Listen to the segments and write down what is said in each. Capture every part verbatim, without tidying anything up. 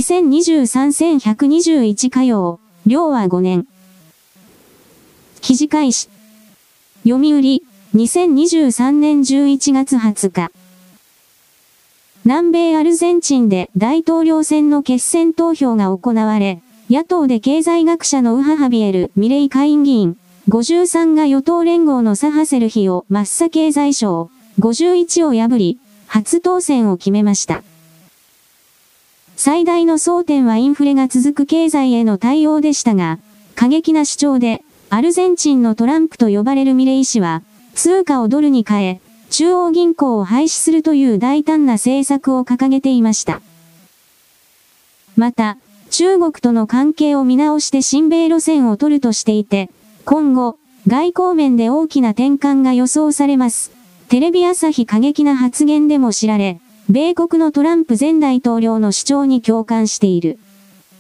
にせんにじゅうさん せんひゃくにじゅういち火曜、領はごねん。記事開始。読売、にせんにじゅうさんねんじゅういちがつはつか。南米アルゼンチンで大統領選の決選投票が行われ、野党で経済学者のウハハビエル・ミレイ下院議員、ごじゅうさんが与党連合のサハセルヒをマッサ経済相、ごじゅういちを破り、初当選を決めました。最大の争点はインフレが続く経済への対応でしたが、過激な主張で、アルゼンチンのトランプと呼ばれるミレイ氏は、通貨をドルに変え、中央銀行を廃止するという大胆な政策を掲げていました。また、中国との関係を見直して親米路線を取るとしていて、今後、外交面で大きな転換が予想されます。テレビ朝日過激な発言でも知られ、米国のトランプ前大統領の主張に共感している。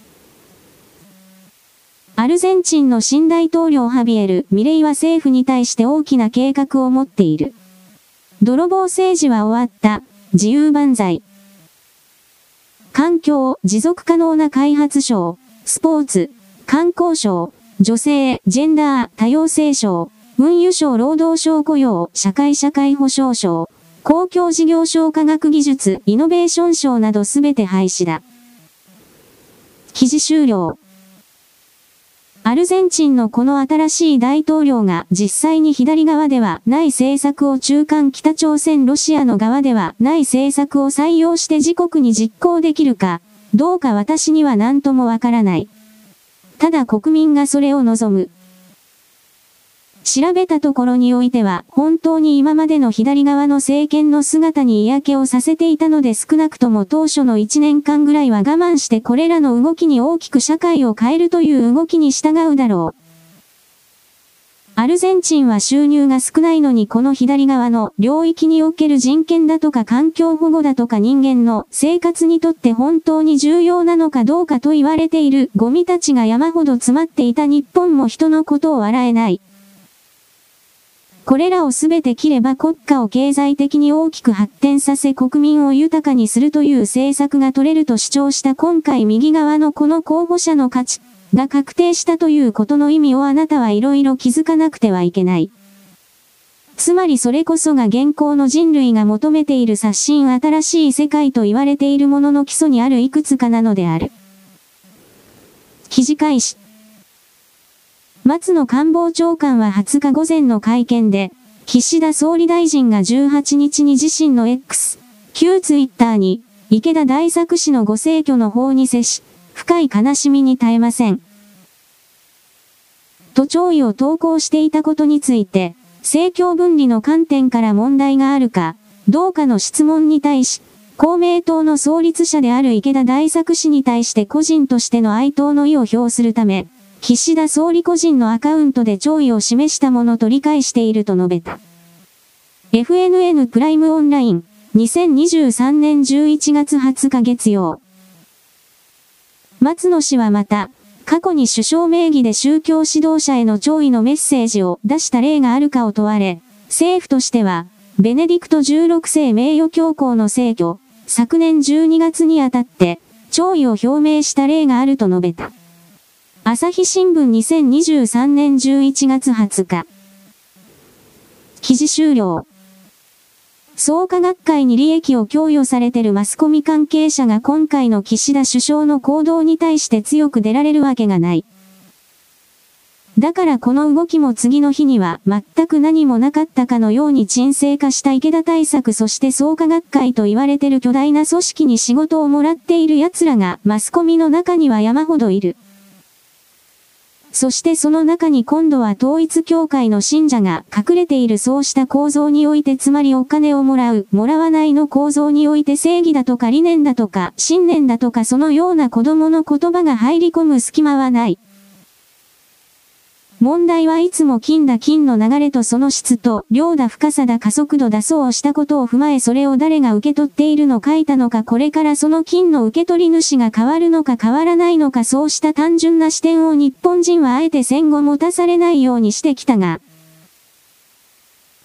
アルゼンチンの新大統領ハビエル・ミレイは政府に対して大きな計画を持っている。泥棒政治は終わった、自由万歳。環境、持続可能な開発省、スポーツ、観光省、女性、ジェンダー、多様性省、運輸省労働省雇用、社会社会保障省、公共事業省科学技術、イノベーション省などすべて廃止だ。記事終了。アルゼンチンのこの新しい大統領が実際に左側ではない政策を中間北朝鮮ロシアの側ではない政策を採用して自国に実行できるか、どうか私には何ともわからない。ただ国民がそれを望む。調べたところにおいては、本当に今までの左側の政権の姿に嫌気をさせていたので少なくとも当初のいちねんかんぐらいは我慢してこれらの動きに大きく社会を変えるという動きに従うだろう。アルゼンチンは収入が少ないのにこの左側の領域における人権だとか環境保護だとか人間の生活にとって本当に重要なのかどうかと言われているゴミたちが山ほど詰まっていた日本も人のことを笑えない。これらをすべて切れば国家を経済的に大きく発展させ国民を豊かにするという政策が取れると主張した今回右側のこの候補者の価値が確定したということの意味をあなたはいろいろ気づかなくてはいけない。つまりそれこそが現行の人類が求めている刷新新しい世界と言われているものの基礎にあるいくつかなのである。記事開始。松野官房長官ははつか午前の会見で、岸田総理大臣がじゅうはちにちに自身の X、旧ツイッターに、池田大作氏のご逝去の報に接し、深い悲しみに耐えません。と弔意を投稿していたことについて、政教分離の観点から問題があるか、どうかの質問に対し、公明党の創立者である池田大作氏に対して個人としての哀悼の意を表するため、岸田総理個人のアカウントで弔意を示したものと理解していると述べた。エフエヌエヌ プライムオンライン、にせんにじゅうさんねんじゅういちがつはつか月曜。松野氏はまた、過去に首相名義で宗教指導者への弔意のメッセージを出した例があるかを問われ、政府としては、ベネディクトじゅうろくせい名誉教皇の逝去、昨年じゅうにがつにあたって、弔意を表明した例があると述べた。朝日新聞にせんにじゅうさんねんじゅういちがつはつか。記事終了。創価学会に利益を供与されているマスコミ関係者が今回の岸田首相の行動に対して強く出られるわけがない。だからこの動きも次の日には全く何もなかったかのように沈静化した池田対策そして創価学会と言われている巨大な組織に仕事をもらっている奴らがマスコミの中には山ほどいる。そしてその中に今度は統一教会の信者が隠れているそうした構造においてつまりお金をもらう、もらわないの構造において正義だとか理念だとか信念だとかそのような子供の言葉が入り込む隙間はない。問題はいつも金だ金の流れとその質と量だ深さだ加速度だそうしたことを踏まえそれを誰が受け取っているの書いたのかこれからその金の受け取り主が変わるのか変わらないのかそうした単純な視点を日本人はあえて戦後持たされないようにしてきたが、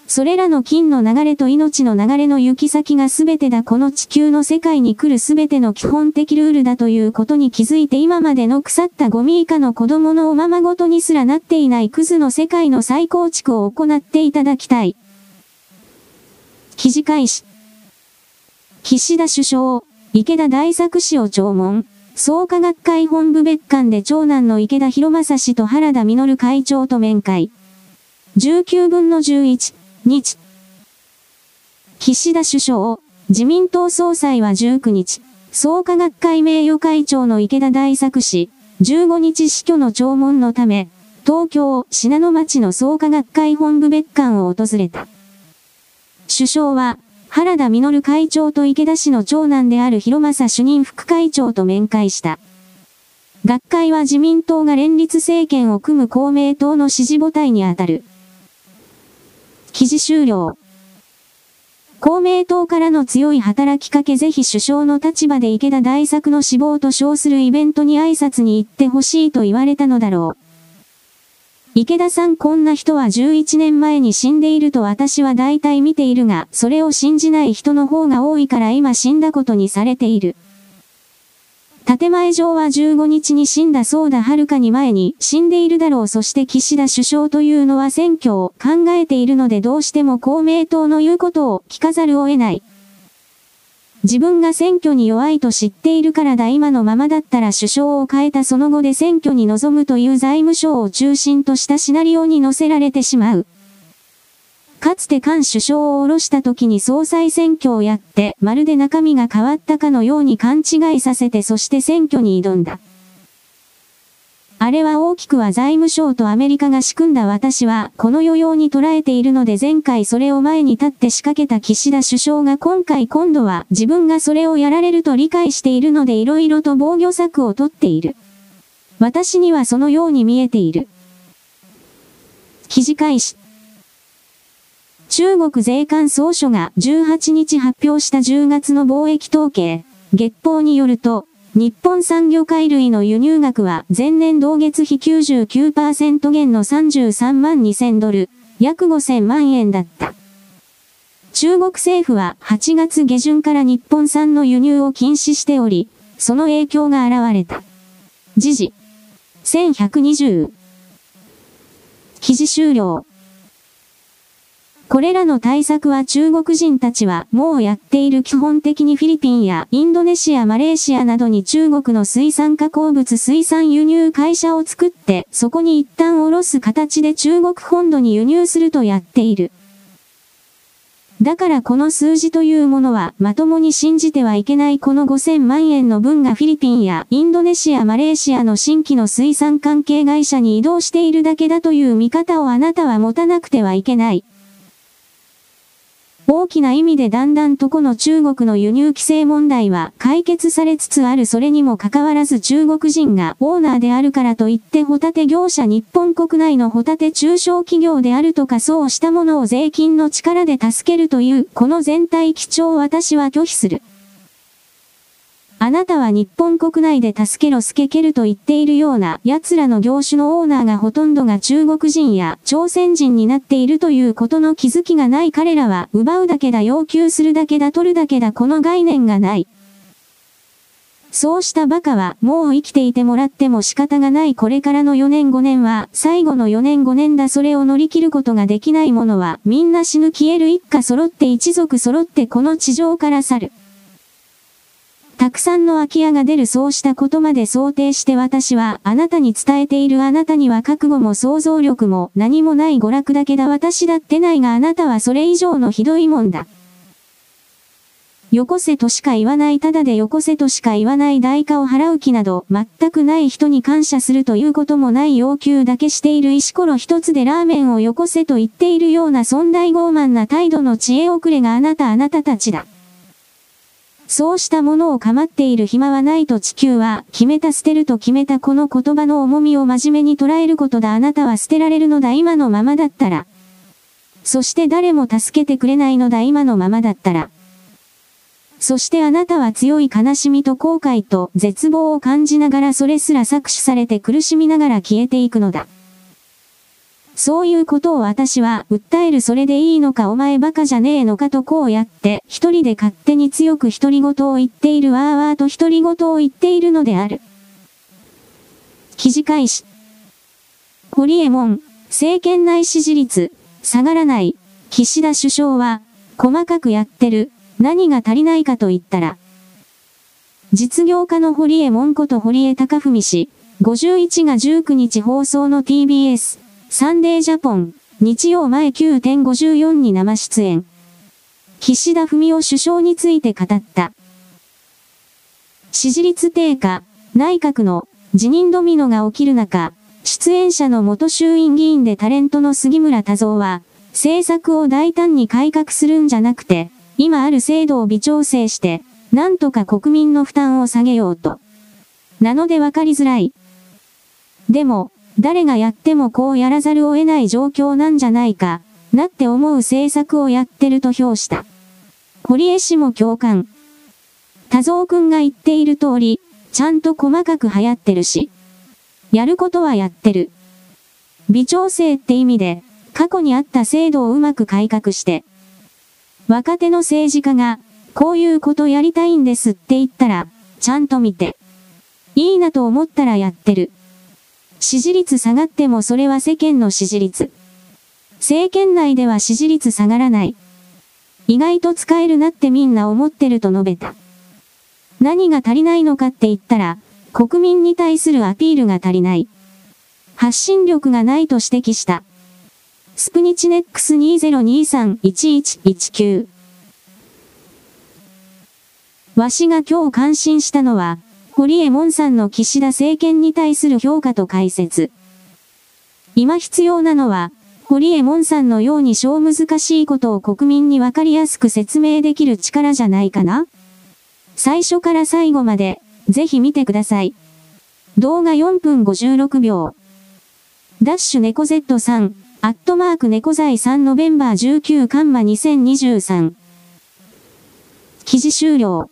それらの金の流れと命の流れの行き先がすべてだ。この地球の世界に来るすべての基本的ルールだということに気づいて今までの腐ったゴミ以下の子供のおままごとにすらなっていないクズの世界の再構築を行っていただきたい。記事開始。岸田首相、池田大作氏を弔問。創価学会本部別館で長男の池田博正氏と原田実会長と面会。じゅうきゅうぶんのじゅういちにち。岸田首相、自民党総裁はじゅうくにち、創価学会名誉会長の池田大作氏、じゅうごにち死去の弔問のため、東京信濃町の創価学会本部別館を訪れた。首相は、原田実会長と池田氏の長男である博正主任副会長と面会した。学会は自民党が連立政権を組む公明党の支持母体にあたる。記事終了。公明党からの強い働きかけぜひ首相の立場で池田大作の死亡と称するイベントに挨拶に行ってほしいと言われたのだろう。池田さんこんな人はじゅういちねんまえに死んでいると私は大体見ているが、それを信じない人の方が多いから今死んだことにされている。建前上はじゅうごにちに死んだそうだはるかに前に死んでいるだろう。そして岸田首相というのは選挙を考えているのでどうしても公明党の言うことを聞かざるを得ない。自分が選挙に弱いと知っているからだ。今のままだったら首相を変えたその後で選挙に臨むという財務省を中心としたシナリオに乗せられてしまう。かつて菅首相を下ろした時に総裁選挙をやって、まるで中身が変わったかのように勘違いさせてそして選挙に挑んだ。あれは大きくは財務省とアメリカが仕組んだ。私はこの余裕に捉えているので前回それを前に立って仕掛けた岸田首相が今回今度は自分がそれをやられると理解しているので色々と防御策をとっている。私にはそのように見えている。記事開始。中国税関総署がじゅうはちにち発表したじゅうがつの貿易統計、月報によると、日本産魚介類の輸入額は前年同月比 きゅうじゅうきゅうパーセント 減のさんじゅうさんまんにせんドル、約ごせんまんえんだった。中国政府ははちがつげじゅんから日本産の輸入を禁止しており、その影響が現れた。時事。せんひゃくにじゅう。記事終了。これらの対策は中国人たちはもうやっている。基本的にフィリピンやインドネシア、マレーシアなどに中国の水産加工物水産輸入会社を作って、そこに一旦下ろす形で中国本土に輸入するとやっている。だからこの数字というものはまともに信じてはいけない。このごせんまんえんの分がフィリピンやインドネシア、マレーシアの新規の水産関係会社に移動しているだけだという見方をあなたは持たなくてはいけない。大きな意味でだんだんとこの中国の輸入規制問題は解決されつつある。それにもかかわらず中国人がオーナーであるからといってホタテ業者日本国内のホタテ中小企業であるとかそうしたものを税金の力で助けるというこの全体基調を私は拒否する。あなたは日本国内で助けろスケケルと言っているような奴らの業種のオーナーがほとんどが中国人や朝鮮人になっているということの気づきがない。彼らは奪うだけだ、要求するだけだ、取るだけだ、この概念がない。そうしたバカはもう生きていてもらっても仕方がない。これからのよねんごねんは最後のよねんごねんだ。それを乗り切ることができない者はみんな死ぬ、消える、一家揃って一族揃ってこの地上から去る。たくさんの空き家が出る。そうしたことまで想定して私はあなたに伝えている。あなたには覚悟も想像力も何もない。娯楽だけだ。私だってないがあなたはそれ以上のひどいもんだ。よこせとしか言わない。ただでよこせとしか言わない。代価を払う気など全くない。人に感謝するということもない。要求だけしている。石ころ一つでラーメンをよこせと言っているような尊大傲慢な態度の知恵遅れがあなたあなたたちだ。そうしたものを構っている暇はないと地球は決めた。捨てると決めた。この言葉の重みを真面目に捉えることだ。あなたは捨てられるのだ。今のままだったら。そして誰も助けてくれないのだ。今のままだったら。そしてあなたは強い悲しみと後悔と絶望を感じながらそれすら搾取されて苦しみながら消えていくのだ。 そういうことを私は訴えるそれでいいのかお前バカじゃねえのかとこうやって一人で勝手に強く独り言を言っているわーわーと独り言を言っているのである。記事開始。ホリエモン、政権内支持率、下がらない。岸田首相は、細かくやってる。何が足りないかと言ったら。実業家のホリエモンこと堀江貴文氏、ごじゅういちがじゅうくにち放送の ティービーエス、サンデージャポン、日曜前 きゅうてんごじゅうよん に生出演。岸田文雄首相について語った。支持率低下、内閣の辞任ドミノが起きる中、出演者の元衆院議員でタレントの杉村太蔵は、政策を大胆に改革するんじゃなくて、今ある制度を微調整して、なんとか国民の負担を下げようと。なので分かりづらい。でも、誰がやってもこうやらざるを得ない状況なんじゃないか、なって思う政策をやってると評した。堀江氏も共感。太蔵くんが言っている通り、ちゃんと細かく流行ってるし。やることはやってる。微調整って意味で、過去にあった制度をうまく改革して。若手の政治家が、こういうことやりたいんですって言ったら、ちゃんと見て。いいなと思ったらやってる。支持率下がってもそれは世間の支持率。政権内では支持率下がらない。意外と使えるなってみんな思ってると述べた。何が足りないのかって言ったら、国民に対するアピールが足りない。発信力がないと指摘した。スプニチネックス にせんにじゅうさん いちいちいちきゅう。わしが今日感心したのは、ホリエモンさんの岸田政権に対する評価と解説。今必要なのは、ホリエモンさんのように小難しいことを国民にわかりやすく説明できる力じゃないかな。最初から最後まで、ぜひ見てください。動画よんぷんごじゅうろくびょう。ダッシュ猫 ゼットさん、アットマーク猫財さんノベンバーじゅうくカンマにせんにじゅうさん。記事終了。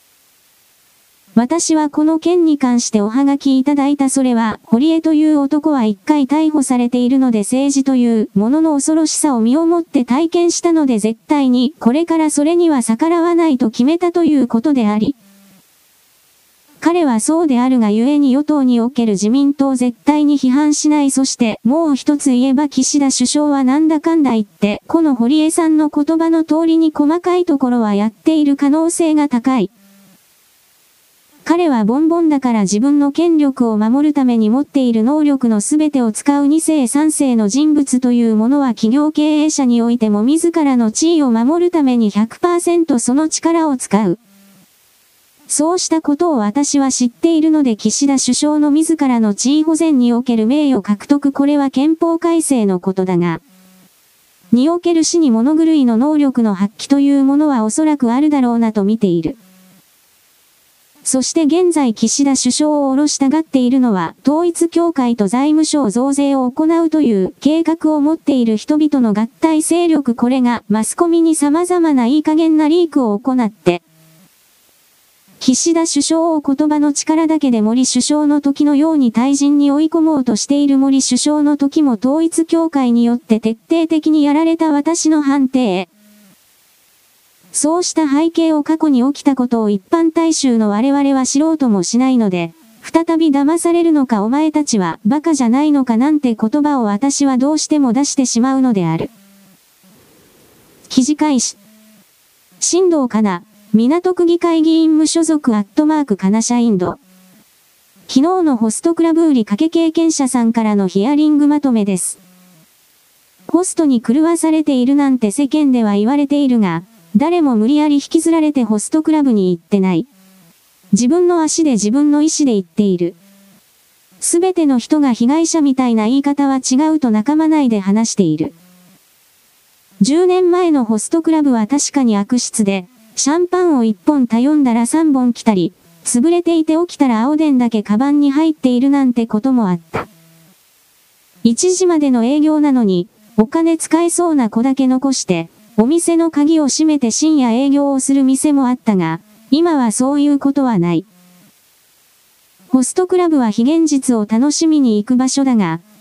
私はこの件に関しておはがきいただいたそれは、堀江という男は一回逮捕されているので政治というものの恐ろしさを身をもって体験したので絶対にこれからそれには逆らわないと決めたということであり、彼はそうであるがゆえに与党における自民党を絶対に批判しない。そしてもう一つ言えば岸田首相はなんだかんだ言って、この堀江さんの言葉の通りに細かいところはやっている可能性が高い。彼はボンボンだから自分の権力を守るために持っている能力のすべてを使うに世さん世の人物というものは企業経営者においても自らの地位を守るために ひゃくパーセント その力を使う。そうしたことを私は知っているので岸田首相の自らの地位保全における名誉獲得これは憲法改正のことだが、における死に物狂いの能力の発揮というものはおそらくあるだろうなと見ている。そして現在岸田首相を下ろしたがっているのは統一教会と財務省増税を行うという計画を持っている人々の合体勢力これがマスコミに様々ないい加減なリークを行って、岸田首相を言葉の力だけで森首相の時のように退陣に追い込もうとしている森首相の時も統一教会によって徹底的にやられた私の判定。そうした背景を過去に起きたことを一般大衆の我々は知ろうともしないので、再び騙されるのかお前たちはバカじゃないのかなんて言葉を私はどうしても出してしまうのである。記事開始。新藤かな、港区議会議員無所属アットマークかな社インド。昨日のホストクラブ売りかけ経験者さんからのヒアリングまとめです。ホストに狂わされているなんて世間では言われているが、誰も無理やり引きずられてホストクラブに行ってない。自分の足で自分の意思で行っている。すべての人が被害者みたいな言い方は違うと仲間内で話している。じゅうねんまえのホストクラブは確かに悪質で、シャンパンをいっぽん頼んだらさんぼん来たり、潰れていて起きたら青電だけカバンに入っているなんてこともあった。いちじまでの営業なのに、お金使えそうな子だけ残して、お店の鍵を閉めて深夜営業をする店もあったが、今はそういうことはない。ホストクラブは非現実を楽しみに行く場所だが、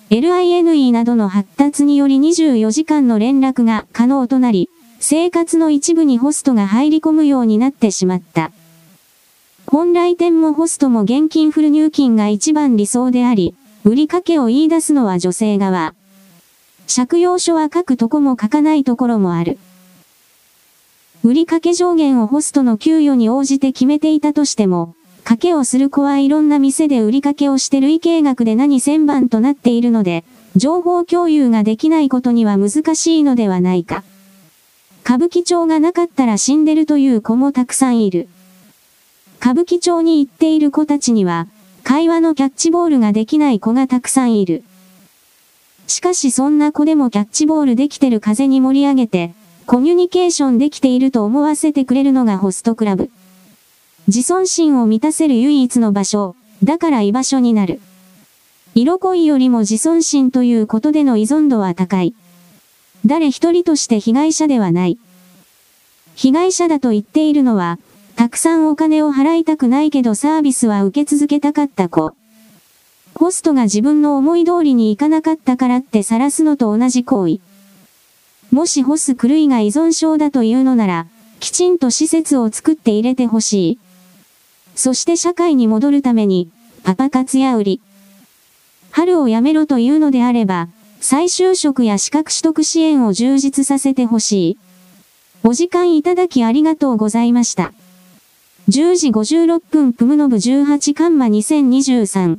エルアイエヌイー などの発達によりにじゅうよじかんの連絡が可能となり、生活の一部にホストが入り込むようになってしまった。本来店もホストも現金フル入金が一番理想であり、売りかけを言い出すのは女性側。借用書は書くとこも書かないところもある。売りかけ上限をホストの給与に応じて決めていたとしても、かけをする子はいろんな店で売りかけをして累計額で何千万となっているので、情報共有ができないことには難しいのではないか。歌舞伎町がなかったら死んでるという子もたくさんいる。歌舞伎町に行っている子たちには、会話のキャッチボールができない子がたくさんいる。しかしそんな子でもキャッチボールできてる風に盛り上げて、コミュニケーションできていると思わせてくれるのがホストクラブ。自尊心を満たせる唯一の場所、だから居場所になる。色恋よりも自尊心ということでの依存度は高い。誰一人として被害者ではない。被害者だと言っているのは、たくさんお金を払いたくないけどサービスは受け続けたかった子。ホストが自分の思い通りにいかなかったからって晒すのと同じ行為。もしホス狂いが依存症だというのなら、きちんと施設を作って入れてほしい。そして社会に戻るために、パパ活や売り。春をやめろというのであれば、再就職や資格取得支援を充実させてほしい。お時間いただきありがとうございました。じゅうじごじゅうろっぷんプムノブじゅうはちカンマにせんにじゅうさん。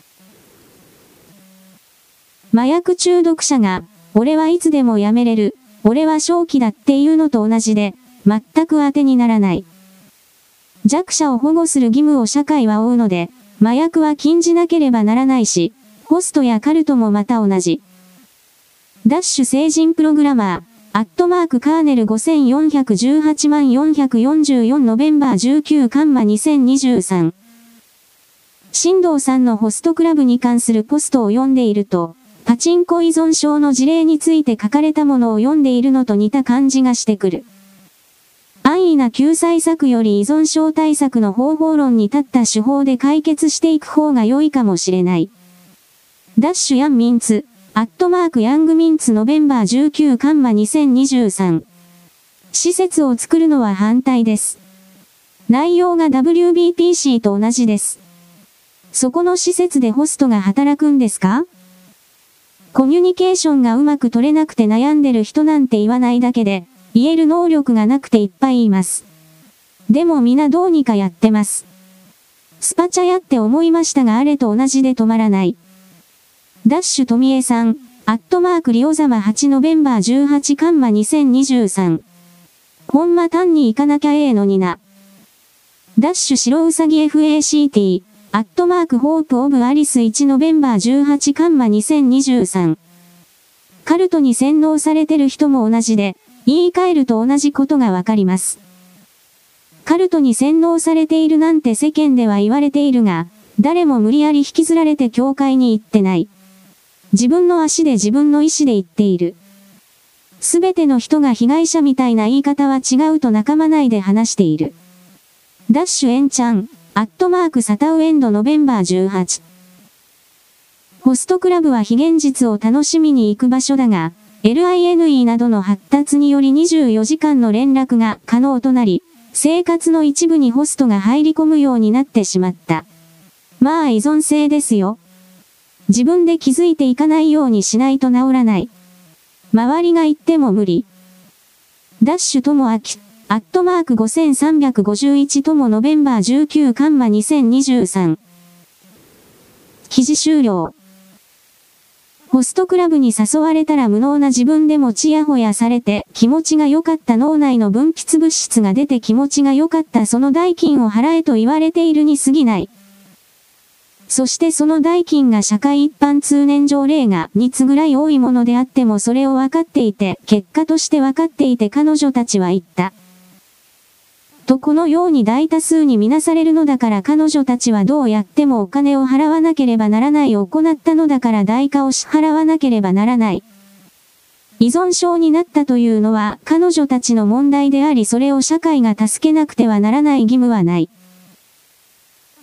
麻薬中毒者が、俺はいつでもやめれる、俺は正気だっていうのと同じで、全く当てにならない。弱者を保護する義務を社会は負うので、麻薬は禁じなければならないし、ホストやカルトもまた同じ。ダッシュ成人プログラマー。アットマークカーネルごせんよんひゃくじゅうはちまんよんひゃくよんじゅうよんノベンバーじゅうくカンマにせんにじゅうさん。新藤さんのホストクラブに関するポストを読んでいると、パチンコ依存症の事例について書かれたものを読んでいるのと似た感じがしてくる。安易な救済策より依存症対策の方法論に立った手法で解決していく方が良いかもしれない。ダッシュヤンミンツ。アットマークヤングミンツノベンバーじゅうくカンマにせんにじゅうさん。施設を作るのは反対です。内容が ダブリュービーピーシー と同じです。そこの施設でホストが働くんですか？コミュニケーションがうまく取れなくて悩んでる人なんて言わないだけで、言える能力がなくていっぱいいます。でも皆どうにかやってます。スパチャやって思いましたがあれと同じで止まらない。ダッシュ富江さん、アットマークリオザマはちノベンバーじゅうはちカンマにせんにじゅうさん。ほんま単に行かなきゃええのにな。ダッシュ白うさぎ エフエーシーティー、アットマークホープオブアリスいちノベンバーじゅうはちカンマにせんにじゅうさん。カルトに洗脳されてる人も同じで、言い換えると同じことがわかります。カルトに洗脳されているなんて世間では言われているが、誰も無理やり引きずられて教会に行ってない。自分の足で自分の意思で言っている。すべての人が被害者みたいな言い方は違うと仲間内で話している。ダッシュエンチャン、アットマークサタウエンドノベンバーじゅうはち。ホストクラブは非現実を楽しみに行く場所だが、エルアイエヌイー などの発達によりにじゅうよじかんの連絡が可能となり、生活の一部にホストが入り込むようになってしまった。まあ依存性ですよ。自分で気づいていかないようにしないと治らない。周りが言っても無理。ダッシュともあき、アットマークごせんさんびゃくごじゅういちともノベンバーじゅうくカンマにせんにじゅうさん。記事終了。ホストクラブに誘われたら無能な自分でもちやほやされて気持ちが良かった脳内の分泌物質が出て気持ちが良かったその代金を払えと言われているに過ぎない。そしてその代金が社会一般通念上例がにつぐらい多いものであってもそれを分かっていて、結果として分かっていて彼女たちは言った。とこのように大多数に見なされるのだから彼女たちはどうやってもお金を払わなければならないを行ったのだから代価を支払わなければならない。依存症になったというのは彼女たちの問題でありそれを社会が助けなくてはならない義務はない。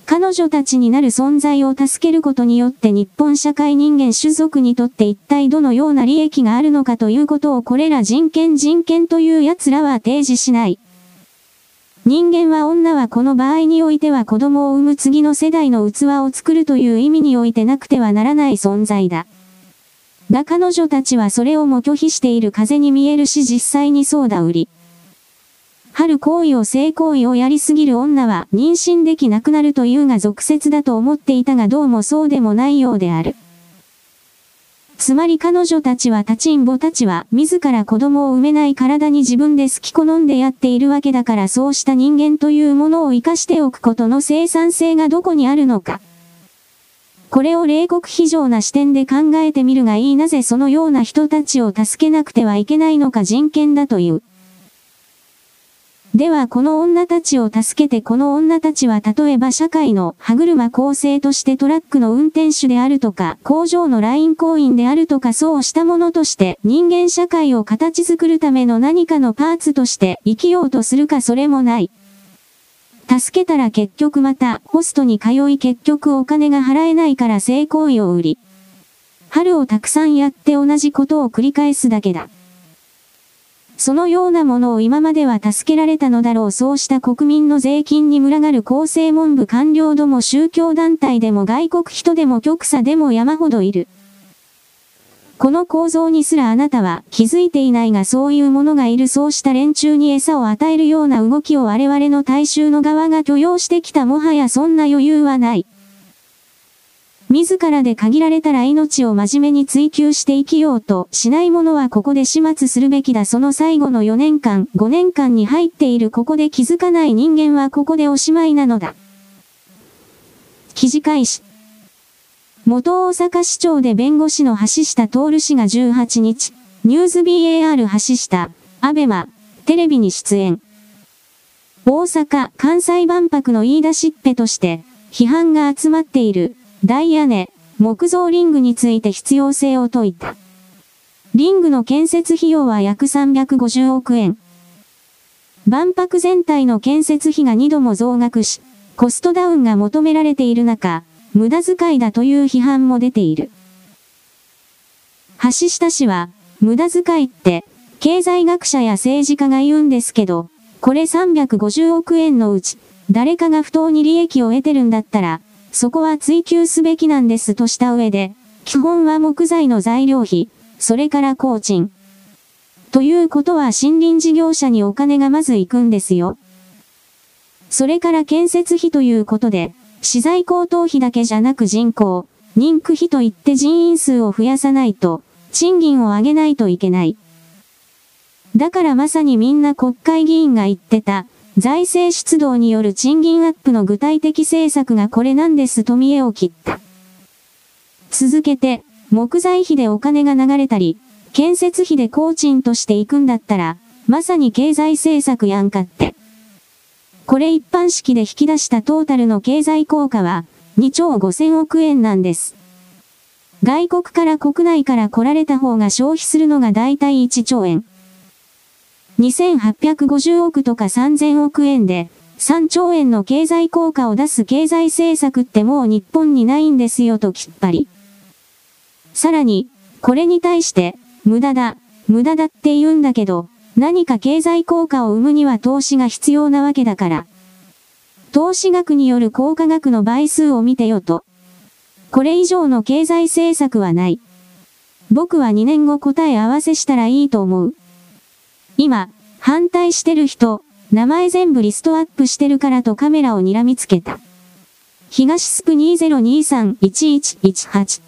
彼女たちになる存在を助けることによって日本社会人間種族にとって一体どのような利益があるのかということをこれら人権人権という奴らは提示しない。人間は女はこの場合においては子供を産む次の世代の器を作るという意味においてなくてはならない存在だ。が彼女たちはそれをも拒否している風に見えるし実際にそうだ売り。春行為を性行為をやりすぎる女は妊娠できなくなるというが俗説だと思っていたがどうもそうでもないようである。つまり彼女たちは立ちんぼたちは自ら子供を産めない体に自分で好き好んでやっているわけだからそうした人間というものを生かしておくことの生産性がどこにあるのか。これを冷酷非常な視点で考えてみるがいいなぜそのような人たちを助けなくてはいけないのか人権だという。ではこの女たちを助けてこの女たちは例えば社会の歯車構成としてトラックの運転手であるとか工場のライン工員であるとかそうしたものとして人間社会を形作るための何かのパーツとして生きようとするかそれもない。助けたら結局またホストに通い結局お金が払えないから性行為を売り。春をたくさんやって同じことを繰り返すだけだ。そのようなものを今までは助けられたのだろう。そうした国民の税金に群がる厚生文部官僚ども宗教団体でも外国人でも極左でも山ほどいる。この構造にすらあなたは気づいていないがそういうものがいる。そうした連中に餌を与えるような動きを我々の大衆の側が許容してきた。もはやそんな余裕はない。自らで限られたら命を真面目に追求して生きようとしない者はここで始末するべきだ。その最後のよねんかん、ごねんかんに入っているここで気づかない人間はここでおしまいなのだ。記事開始。元大阪市長で弁護士の橋下徹氏がじゅうはちにち、ニュース ビーエーアール 橋下、アベマ、テレビに出演。大阪・関西万博の言い出しっぺとして、批判が集まっている。大屋根、木造リングについて必要性を説いた。リングの建設費用は約さんびゃくごじゅうおくえん。万博全体の建設費がにども増額し、コストダウンが求められている中、無駄遣いだという批判も出ている。橋下氏は、無駄遣いって、経済学者や政治家が言うんですけど、これさんびゃくごじゅうおくえんのうち、誰かが不当に利益を得てるんだったら、そこは追求すべきなんですとした上で、基本は木材の材料費、それから工賃。ということは森林事業者にお金がまず行くんですよ。それから建設費ということで、資材高騰費だけじゃなく人口、人口費といって人員数を増やさないと、賃金を上げないといけない。だからまさにみんな国会議員が言ってた、財政出動による賃金アップの具体的政策がこれなんですと見栄を切った。続けて、木材費でお金が流れたり、建設費で工賃としていくんだったら、まさに経済政策やんかって。これ一般式で引き出したトータルの経済効果は、にちょうごせんおくえんなんです。外国から国内から来られた方が消費するのがだいたいいちちょうえん。にせんはっぴゃくごじゅうおくとかさんぜんおくえんで、さんちょうえんの経済効果を出す経済政策ってもう日本にないんですよときっぱり。さらに、これに対して、無駄だ、無駄だって言うんだけど、何か経済効果を生むには投資が必要なわけだから。投資額による効果額の倍数を見てよと。これ以上の経済政策はない。僕はにねんご答え合わせしたらいいと思う。今、反対してる人、名前全部リストアップしてるからとカメラを睨みつけた。東スプにせんにじゅうさん いちいちいちはち。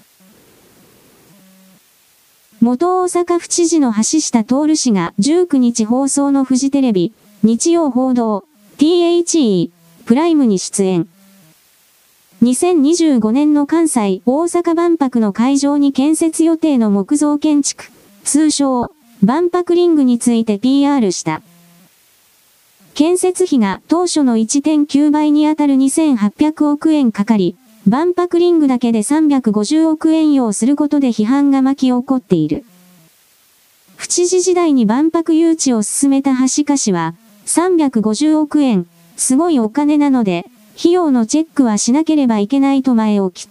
元大阪府知事の橋下徹氏がじゅうくにち放送のフジテレビ、日曜報道、ティーエイチイー、プライムに出演。にせんにじゅうごねんの関西・大阪万博の会場に建設予定の木造建築、通称、万博リングについて ピーアール した。建設費が当初の いってんきゅうばいにあたるにせんはっぴゃくおくえんかかり、万博リングだけでさんびゃくごじゅうおくえん要することで批判が巻き起こっている。府知事時代に万博誘致を進めた橋下氏は、さんびゃくごじゅうおくえん、すごいお金なので、 費用のチェックはしなければいけないと前置き。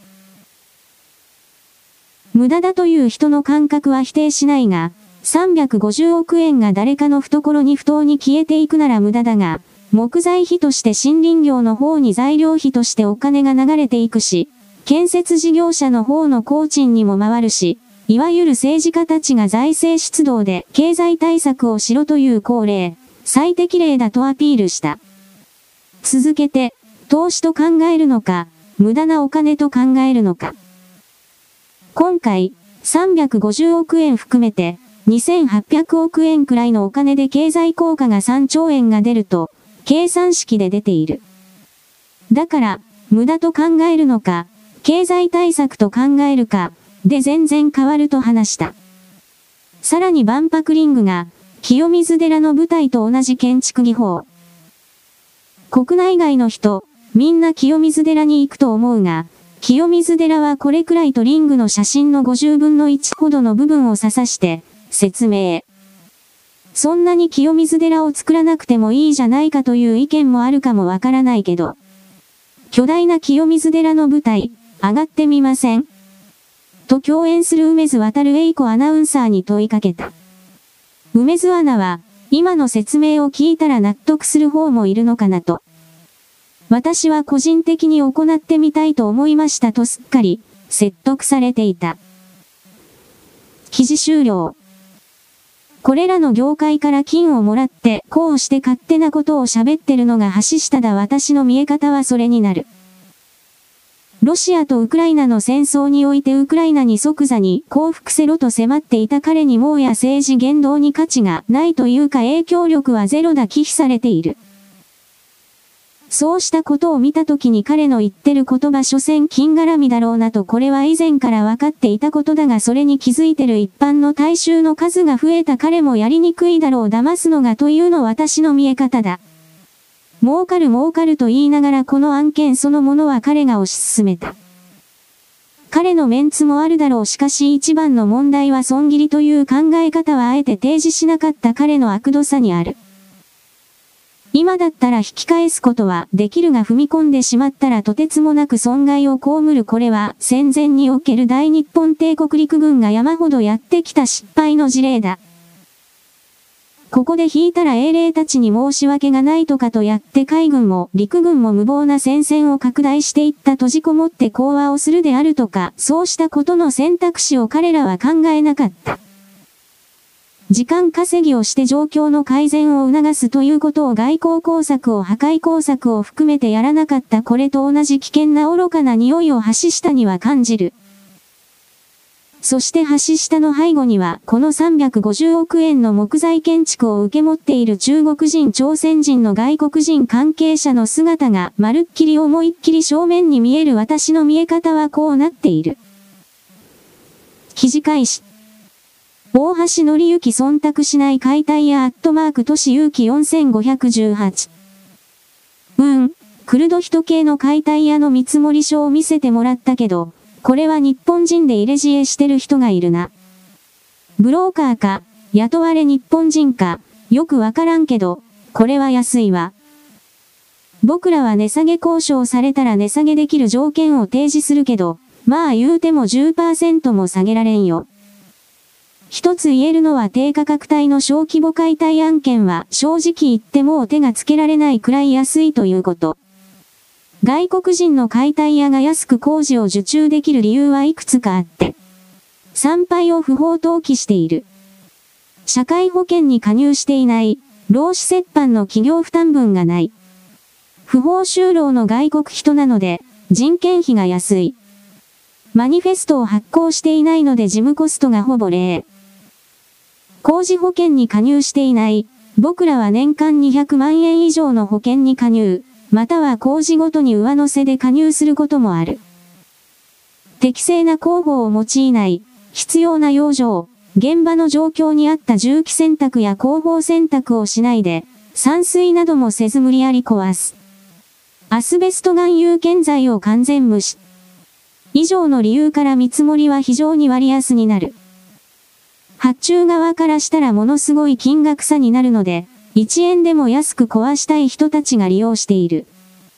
無駄だという人の感覚は否定しないが、さんびゃくごじゅうおくえんが誰かの懐に不当に消えていくなら無駄だが、木材費として森林業の方に材料費としてお金が流れていくし、建設事業者の方の工賃にも回るし、いわゆる政治家たちが財政出動で経済対策をしろという公例、最適例だとアピールした。続けて、投資と考えるのか、無駄なお金と考えるのか。今回、さんびゃくごじゅうおくえん含めて、にせんはっぴゃくおくえんくらいのお金で経済効果がさんちょうえんが出ると、計算式で出ている。だから、無駄と考えるのか、経済対策と考えるか、で全然変わると話した。さらに万博リングが、清水寺の舞台と同じ建築技法。国内外の人、みんな清水寺に行くと思うが、清水寺はこれくらいとリングの写真のごじゅうぶんのいちほどの部分を指さして、説明。そんなに清水寺を作らなくてもいいじゃないかという意見もあるかもわからないけど。巨大な清水寺の舞台、上がってみません？と共演する梅津渡栄子アナウンサーに問いかけた。梅津アナは、今の説明を聞いたら納得する方もいるのかなと。私は個人的に行ってみたいと思いましたとすっかり、説得されていた。記事終了。これらの業界から金をもらって、こうして勝手なことを喋ってるのが橋下だ。私の見え方はそれになる。ロシアとウクライナの戦争においてウクライナに即座に降伏せろと迫っていた彼にもうや政治言動に価値がないというか影響力はゼロだ忌避されている。そうしたことを見たときに彼の言ってる言葉所詮金絡みだろうなとこれは以前から分かっていたことだがそれに気づいてる一般の大衆の数が増えた彼もやりにくいだろう騙すのがというの私の見え方だ。儲かる儲かると言いながらこの案件そのものは彼が推し進めた。彼のメンツもあるだろうしかし一番の問題は損切りという考え方はあえて提示しなかった彼の悪度さにある。今だったら引き返すことはできるが踏み込んでしまったらとてつもなく損害を被るこれは戦前における大日本帝国陸軍が山ほどやってきた失敗の事例だ。ここで引いたら英霊たちに申し訳がないとかとやって海軍も陸軍も無謀な戦線を拡大していった閉じこもって講和をするであるとかそうしたことの選択肢を彼らは考えなかった。時間稼ぎをして状況の改善を促すということを外交工作を破壊工作を含めてやらなかったこれと同じ危険な愚かな匂いを橋下には感じる。そして橋下の背後にはこのさんびゃくごじゅうおくえんの木材建築を受け持っている中国人朝鮮人の外国人関係者の姿がまるっきり思いっきり正面に見える私の見え方はこうなっている。記事開始。大橋則之忖度しない解体やアットマーク都市有機よんせんごひゃくじゅうはち。うん、クルド人系の解体屋の見積書を見せてもらったけど、これは日本人で入れ知恵してる人がいるな。ブローカーか、雇われ日本人か、よくわからんけど、これは安いわ。僕らは値下げ交渉されたら値下げできる条件を提示するけど、まあ言うても じゅっパーセント も下げられんよ。一つ言えるのは低価格帯の小規模解体案件は正直言ってもう手がつけられないくらい安いということ。外国人の解体屋が安く工事を受注できる理由はいくつかあって。参拝を不法投棄している。社会保険に加入していない。労使折半の企業負担分がない。不法就労の外国人なので、人件費が安い。マニフェストを発行していないので事務コストがほぼ零。工事保険に加入していない。僕らは年間にひゃくまんえん以上の保険に加入。または工事ごとに上乗せで加入することもある。適正な工法を用いない、必要な養生、現場の状況に合った重機選択や工法選択をしないで、散水などもせず無理やり壊す。アスベスト含有建材を完全無視。以上の理由から見積もりは非常に割安になる。発注側からしたらものすごい金額差になるので、いちえんでも安く壊したい人たちが利用している。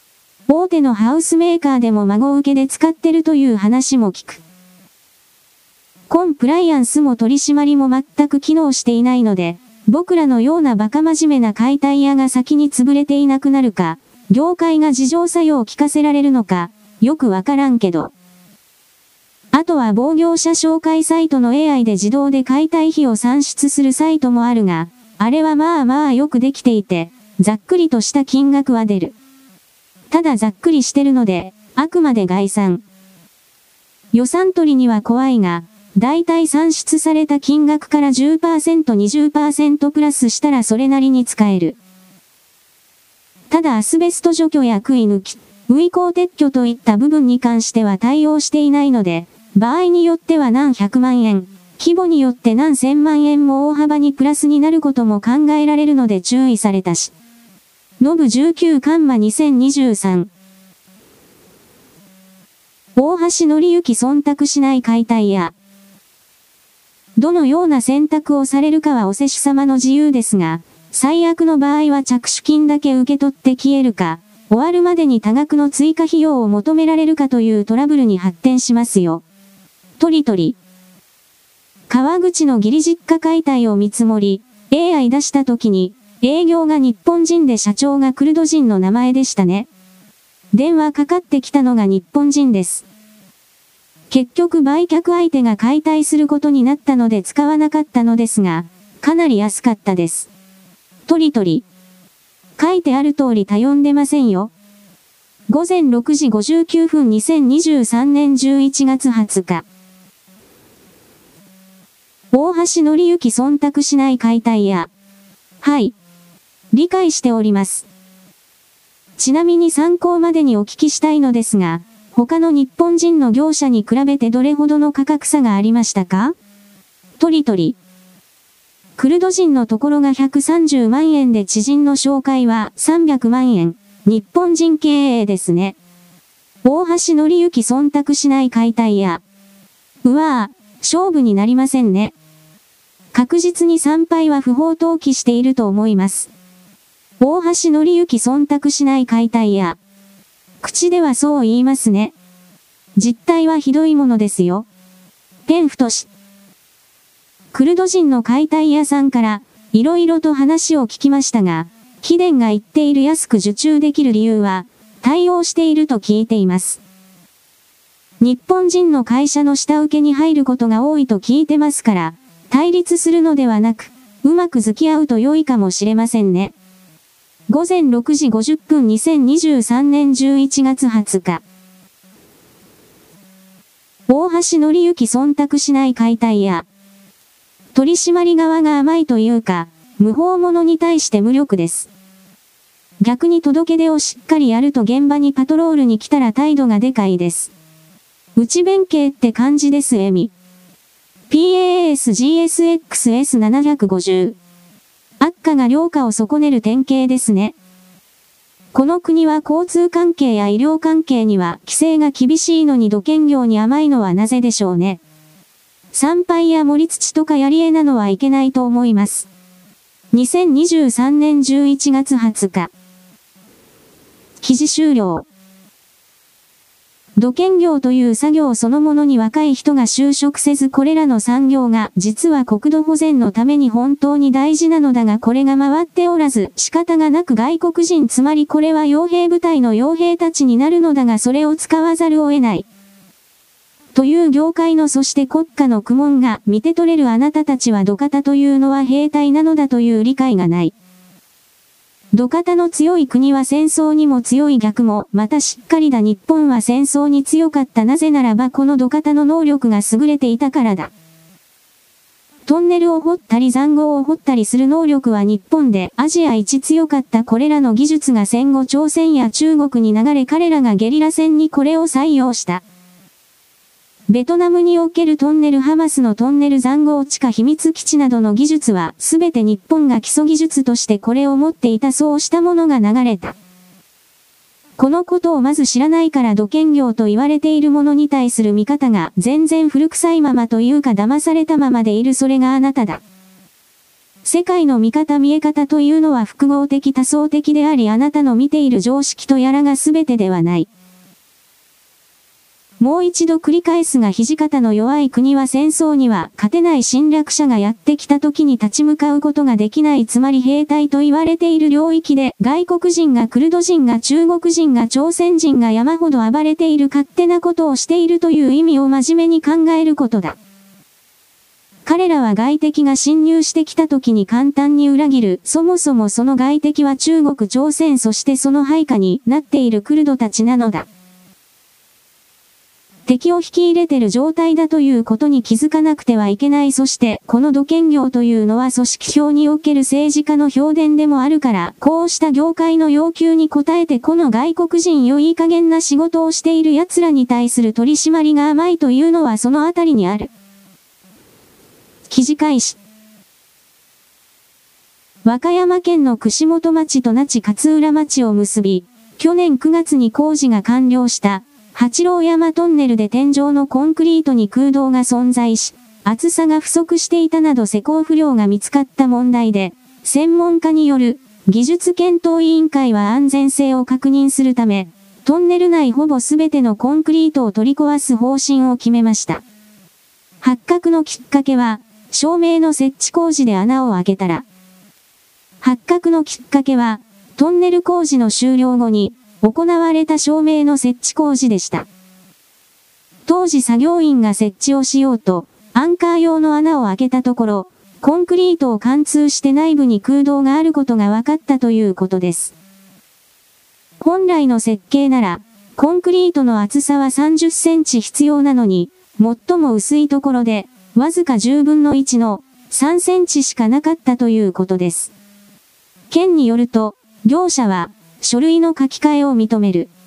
大手のハウスメーカーでも孫請けで使ってるという話も聞く。コンプライアンスも取り締まりも全く機能していないので、僕らのようなバカ真面目な解体屋が先に潰れていなくなるか、業界が自浄作用を聞かせられるのか、よくわからんけど。あとは某業者紹介サイトの エーアイ で自動で解体費を算出するサイトもあるが、あれはまあまあよくできていて、ざっくりとした金額は出る。ただざっくりしてるので、あくまで概算。予算取りには怖いが、だいたい算出された金額から じゅっパーセント、にじゅっパーセント プラスしたらそれなりに使える。ただアスベスト除去や杭抜き、ウイコー撤去といった部分に関しては対応していないので、場合によっては何百万円、規模によって何千万円も大幅にプラスになることも考えられるので注意されたし。ノブじゅうきゅうカンマにせんにじゅうさん。大橋則之忖度しない解体屋。どのような選択をされるかはお施主様の自由ですが、最悪の場合は着手金だけ受け取って消えるか、終わるまでに多額の追加費用を求められるかというトラブルに発展しますよ。とりとり。川口の義理実家解体を見積もり、エーアイ 出した時に、営業が日本人で社長がクルド人の名前でしたね。電話かかってきたのが日本人です。結局売却相手が解体することになったので使わなかったのですが、かなり安かったです。とりとり。書いてある通り頼んでませんよ。ごぜんろくじごじゅうきゅうふんにせんにじゅうさんねんじゅういちがつはつか。大橋則之忖度しない解体屋。はい。理解しております。ちなみに参考までにお聞きしたいのですが、他の日本人の業者に比べてどれほどの価格差がありましたか？とりとり。クルド人のところがひゃくさんじゅうまんえんで知人の紹介はさんびゃくまんえん。日本人経営ですね。大橋則之忖度しない解体屋。うわぁ、勝負になりませんね。確実に参拝は不法投棄していると思います。大橋則之忖度しない解体屋。口ではそう言いますね。実態はひどいものですよ。ペン太し。クルド人の解体屋さんから、いろいろと話を聞きましたが、貴殿が言っている安く受注できる理由は、対応していると聞いています。日本人の会社の下請けに入ることが多いと聞いてますから、対立するのではなく、うまく付き合うと良いかもしれませんね。ごぜんろくじごじゅっぷんにせんにじゅうさんねんじゅういちがつはつか。大橋則之忖度しない解体屋。取締側が甘いというか、無法者に対して無力です。逆に届け出をしっかりやると現場にパトロールに来たら態度がでかいです。内弁慶って感じですえみ。ピーエーエーエスジーエスエックスエスななひゃくごじゅう。悪化が良化を損ねる典型ですね。この国は交通関係や医療関係には規制が厳しいのに土建業に甘いのはなぜでしょうね。参拝や盛り土とかやり絵なのはいけないと思います。にせんにじゅうさんねんじゅういちがつはつか。記事終了。土建業という作業そのものに若い人が就職せずこれらの産業が実は国土保全のために本当に大事なのだがこれが回っておらず仕方がなく外国人つまりこれは傭兵部隊の傭兵たちになるのだがそれを使わざるを得ない。という業界のそして国家の苦悶が見て取れるあなたたちは土方というのは兵隊なのだという理解がない。土方の強い国は戦争にも強い逆も、またしっかりだ日本は戦争に強かったなぜならばこの土方の能力が優れていたからだ。トンネルを掘ったり塹壕を掘ったりする能力は日本でアジア一強かったこれらの技術が戦後朝鮮や中国に流れ彼らがゲリラ戦にこれを採用した。ベトナムにおけるトンネルハマスのトンネル塹壕地下秘密基地などの技術はすべて日本が基礎技術としてこれを持っていたそうしたものが流れた。このことをまず知らないから土建業と言われているものに対する見方が全然古臭いままというか騙されたままでいるそれがあなただ。 世界の見方見え方というのは複合的多層的であり、あなたの見ている常識とやらが全てではない。もう一度繰り返すが、土方の弱い国は戦争には勝てない。侵略者がやってきた時に立ち向かうことができない。つまり兵隊と言われている領域で外国人がクルド人が中国人が朝鮮人が山ほど暴れている、勝手なことをしているという意味を真面目に考えることだ。彼らは外敵が侵入してきた時に簡単に裏切る。そもそもその外敵は中国朝鮮、そしてその配下になっているクルドたちなのだ。敵を引き入れてる状態だということに気づかなくてはいけない。そして、この土建業というのは組織票における政治家の評伝でもあるから、こうした業界の要求に応えてこの外国人よいい加減な仕事をしている奴らに対する取り締まりが甘いというのはそのあたりにある。記事開始。和歌山県の串本町と那智勝浦町を結び、去年くがつに工事が完了した。八郎山トンネルで天井のコンクリートに空洞が存在し、厚さが不足していたなど施工不良が見つかった問題で、専門家による技術検討委員会は安全性を確認するため、トンネル内ほぼすべてのコンクリートを取り壊す方針を決めました。発覚のきっかけは、照明の設置工事で穴を開けたら。発覚のきっかけは、トンネル工事の終了後に、行われた照明の設置工事でした。当時作業員が設置をしようと、アンカー用の穴を開けたところ、コンクリートを貫通して内部に空洞があることが分かったということです。本来の設計なら、コンクリートの厚さはさんじゅっセンチ必要なのに、最も薄いところで、わずかじゅうぶんのいちのさんセンチしかなかったということです。県によると、業者は、書類の書き換えを認める。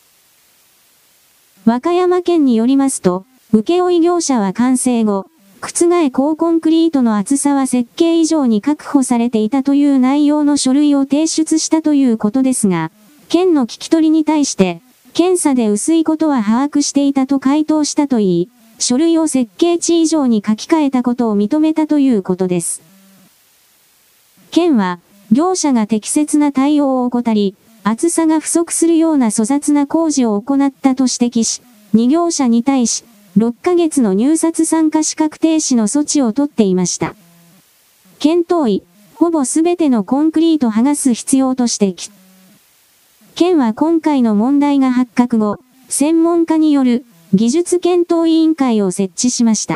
和歌山県によりますと、請負業者は完成後、覆高コンクリートの厚さは設計以上に確保されていたという内容の書類を提出したということですが、県の聞き取りに対して、検査で薄いことは把握していたと回答したといい、書類を設計値以上に書き換えたことを認めたということです。県は、業者が適切な対応を怠り、厚さが不足するような粗雑な工事を行ったと指摘し、に業者に対し、ろっかげつの入札参加資格停止の措置を取っていました。県当委、ほぼすべてのコンクリート剥がす必要と指摘。県は今回の問題が発覚後、専門家による技術検討委員会を設置しました。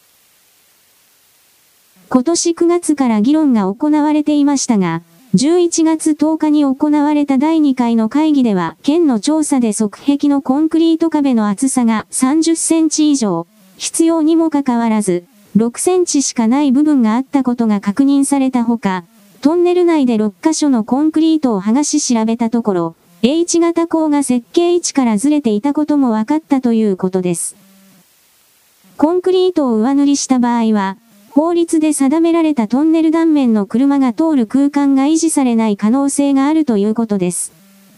今年くがつから議論が行われていましたが、じゅういちがつとおかに行われただいにかいの会議では、県の調査で側壁のコンクリート壁の厚さがさんじゅっセンチ以上、必要にもかかわらず、ろくセンチしかない部分があったことが確認されたほか、トンネル内でろっかしょのコンクリートを剥がし調べたところ、H 型鋼が設計位置からずれていたことも分かったということです。コンクリートを上塗りした場合は、法律で定められたトンネル断面の車が通る空間が維持されない可能性があるということです。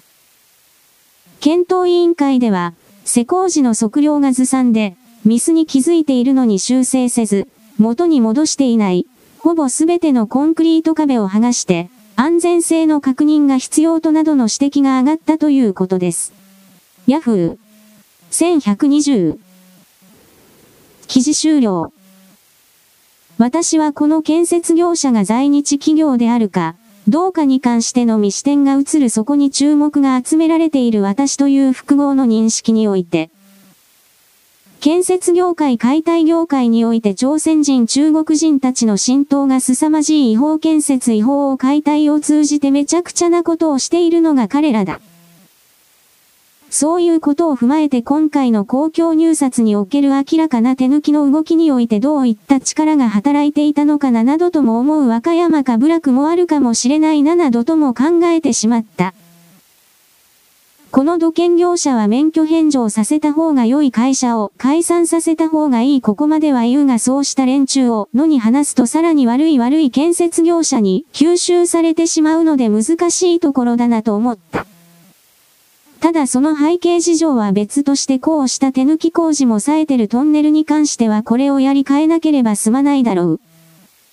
検討委員会では、施工時の測量がずさんで、ミスに気づいているのに修正せず、元に戻していない、ほぼすべてのコンクリート壁を剥がして、安全性の確認が必要となどの指摘が上がったということです。ヤフーせんひゃくにじゅう記事終了。私はこの建設業者が在日企業であるか、どうかに関してのみ視点が移るそこに注目が集められている私という複合の認識において、建設業界解体業界において朝鮮人中国人たちの浸透が凄まじい違法建設違法を解体を通じてめちゃくちゃなことをしているのが彼らだ。そういうことを踏まえて今回の公共入札における明らかな手抜きの動きにおいてどういった力が働いていたのかななどとも思う和歌山か部落もあるかもしれないななどとも考えてしまった。この土建業者は免許返上させた方が良い会社を解散させた方がいいここまでは言うがそうした連中を野に話すとさらに悪い悪い建設業者に吸収されてしまうので難しいところだなと思った。ただその背景事情は別としてこうした手抜き工事も冴えてるトンネルに関してはこれをやり替えなければ済まないだろう。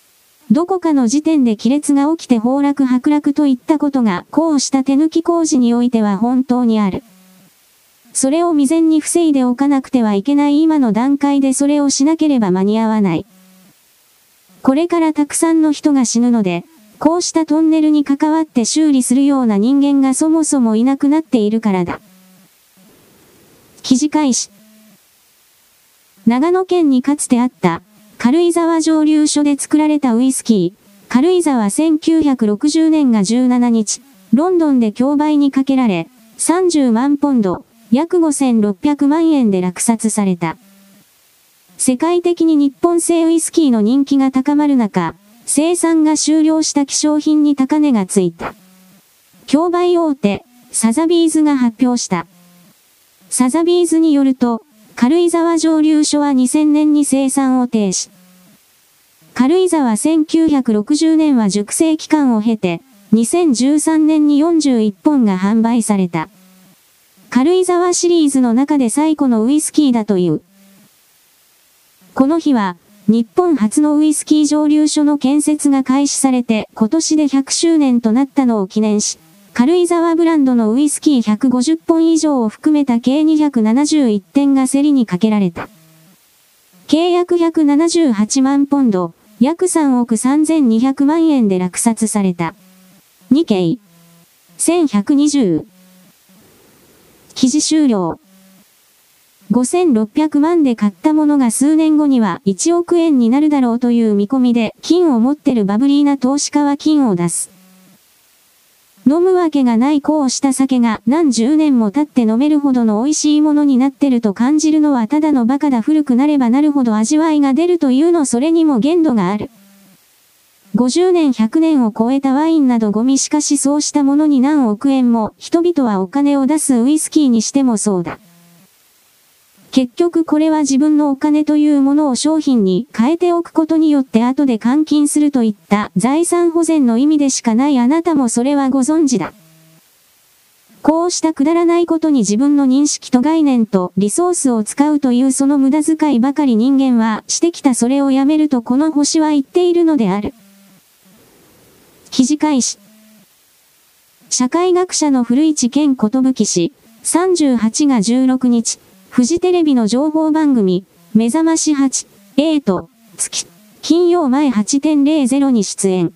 どこかの時点で亀裂が起きて崩落剥落といったことが、こうした手抜き工事においては本当にある。それを未然に防いでおかなくてはいけない今の段階でそれをしなければ間に合わない。これからたくさんの人が死ぬので、こうしたトンネルに関わって修理するような人間がそもそもいなくなっているからだ。記事開始。長野県にかつてあった、軽井沢蒸留所で作られたウイスキー、軽井沢せんきゅうひゃくろくじゅうねんがじゅうしちにち、ロンドンで競売にかけられ、さんじゅうまんポンド、約ごせんろっぴゃくまんえんで落札された。世界的に日本製ウイスキーの人気が高まる中、生産が終了した希少品に高値がついた。競売大手、サザビーズが発表した。サザビーズによると、軽井沢蒸留所はにせんねんに生産を停止。軽井沢せんきゅうひゃくろくじゅうねんは熟成期間を経て、にせんじゅうさんねんによんじゅういっぽんが販売された。軽井沢シリーズの中で最古のウイスキーだという。この日は、日本初のウイスキー蒸留所の建設が開始されて今年でひゃくしゅうねんとなったのを記念し、軽井沢ブランドのウイスキーひゃくごじゅっぽん以上を含めた計にひゃくななじゅういってんが競りにかけられた。計約ひゃくななじゅうはちまんポンド、約さんおくさんぜんにひゃくまんえんで落札された。日経せんひゃくにじゅう。記事終了。ごせんろっぴゃくまんで買ったものが数年後にはいちおくえんになるだろうという見込みで金を持ってるバブリーな投資家は金を出す。飲むわけがないこうした酒が何十年も経って飲めるほどの美味しいものになってると感じるのはただのバカだ。古くなればなるほど味わいが出るというのそれにも限度がある。ごじゅうねんひゃくねんを超えたワインなどゴミしかしそうしたものに何億円も人々はお金を出すウイスキーにしてもそうだ。結局これは自分のお金というものを商品に変えておくことによって後で換金するといった財産保全の意味でしかない。あなたもそれはご存知だ。こうしたくだらないことに自分の認識と概念とリソースを使うというその無駄遣いばかり人間はしてきた。それをやめるとこの星は言っているのである。記事開始。社会学者の古市健寿氏、さんじゅうはちがじゅうろくにち、フジテレビの情報番組、目覚ましはち、エイト、月、金曜前 はちてんゼロゼロ に出演。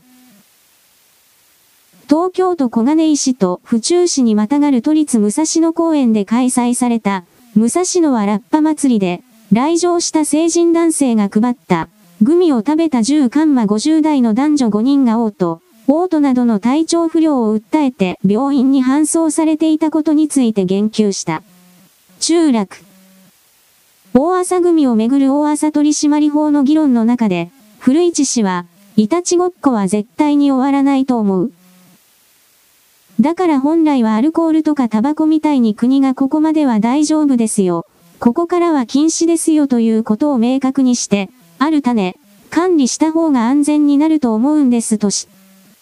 東京都小金井市と府中市にまたがる都立武蔵野公園で開催された、武蔵野はラッパ祭りで、来場した成人男性が配った、グミを食べたじゅうカンマごじゅうだいの男女ごにんが嘔吐、嘔吐などの体調不良を訴えて病院に搬送されていたことについて言及した。中落。大麻組をめぐる大麻取締法の議論の中で、古市氏は、いたちごっこは絶対に終わらないと思う。だから本来はアルコールとかタバコみたいに国がここまでは大丈夫ですよ。ここからは禁止ですよということを明確にして、ある種、管理した方が安全になると思うんですとし。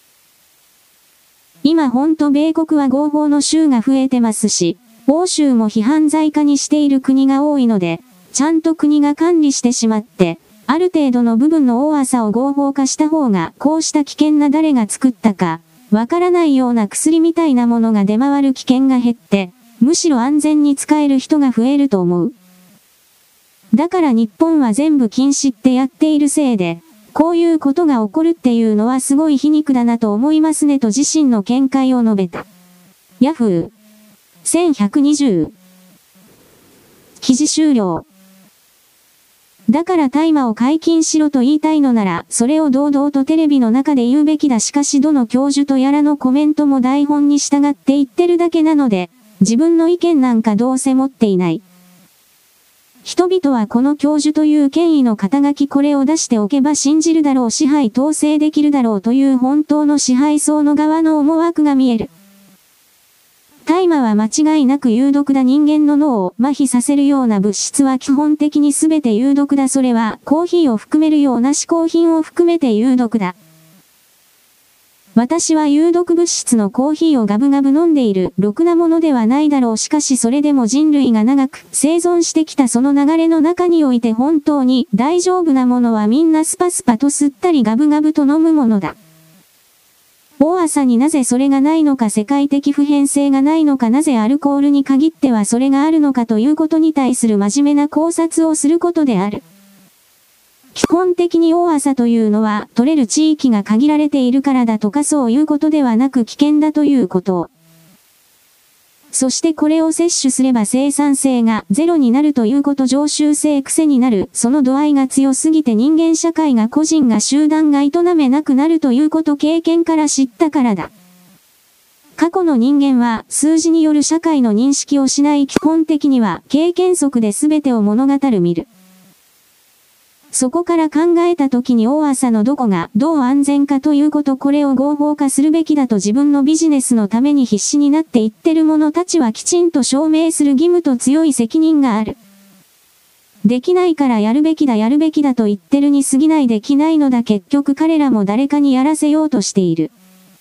今ほんと米国は合法の州が増えてますし、欧州も非犯罪化にしている国が多いので、ちゃんと国が管理してしまって、ある程度の部分の大麻を合法化した方が、こうした危険な誰が作ったか、わからないような薬みたいなものが出回る危険が減って、むしろ安全に使える人が増えると思う。だから日本は全部禁止ってやっているせいで、こういうことが起こるっていうのはすごい皮肉だなと思いますねと自身の見解を述べた。ヤフーせんひゃくにじゅう。記事終了。だから大麻を解禁しろと言いたいのなら、それを堂々とテレビの中で言うべきだ。しかしどの教授とやらのコメントも台本に従って言ってるだけなので、自分の意見なんかどうせ持っていない。人々はこの教授という権威の肩書きこれを出しておけば信じるだろう、支配統制できるだろうという本当の支配層の側の思惑が見える。大麻は間違いなく有毒だ。人間の脳を麻痺させるような物質は基本的に全て有毒だ。それはコーヒーを含めるような嗜好品を含めて有毒だ。 私は有毒物質のコーヒーをガブガブ飲んでいる、ろくなものではないだろう。しかしそれでも人類が長く生存してきたその流れの中において本当に大丈夫なものはみんなスパスパと吸ったりガブガブと飲むものだ。大朝になぜそれがないのか、世界的普遍性がないのか、なぜアルコールに限ってはそれがあるのかということに対する真面目な考察をすることである。基本的に大朝というのは取れる地域が限られているからだとかそういうことではなく危険だということを。そしてこれを摂取すれば生産性がゼロになるということ、常習性癖になる、その度合いが強すぎて人間社会が個人が集団が営めなくなるということ経験から知ったからだ。過去の人間は数字による社会の認識をしない、基本的には経験則で全てを物語る見る。そこから考えたときに大朝のどこがどう安全かということ、これを合法化するべきだと自分のビジネスのために必死になって言ってる者たちはきちんと証明する義務と強い責任がある。できないからやるべきだやるべきだと言ってるに過ぎない、できないのだ。結局彼らも誰かにやらせようとしている。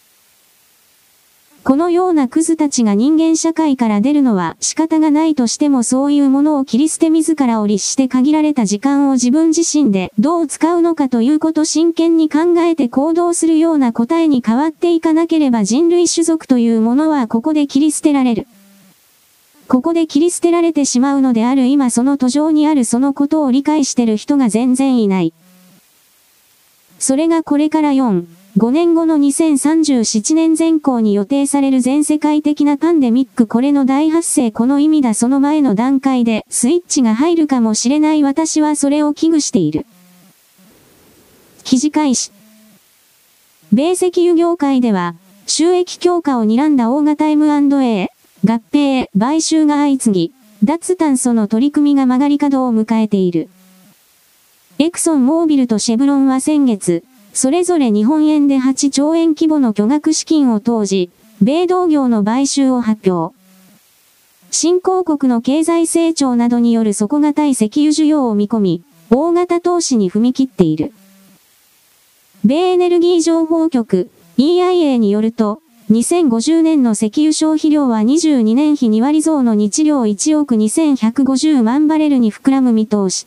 このようなクズたちが人間社会から出るのは仕方がないとしても、そういうものを切り捨て自らを律して限られた時間を自分自身でどう使うのかということを真剣に考えて行動するような答えに変わっていかなければ、人類種族というものはここで切り捨てられる。ここで切り捨てられてしまうのである。今その途上にあるそのことを理解してる人が全然いない。それがこれからよん、ごねんごのにせんさんじゅうななねん前後に予定される全世界的なパンデミック、これの大発生、この意味だ。その前の段階でスイッチが入るかもしれない。私はそれを危惧している。記事開始。米石油業界では収益強化を睨んだ大型 エムアンドエー、合併、買収が相次ぎ、脱炭素の取り組みが曲がり角を迎えている。エクソンモービルとシェブロンは先月、それぞれ日本円ではちちょうえん規模の巨額資金を投じ、米同業の買収を発表。新興国の経済成長などによる底堅い石油需要を見込み、大型投資に踏み切っている。米エネルギー情報局 イーアイエー によると、にせんごじゅうねんの石油消費量はにじゅうにねん比にわり増の日量いちおくにせんひゃくごじゅうまんバレルに膨らむ見通し。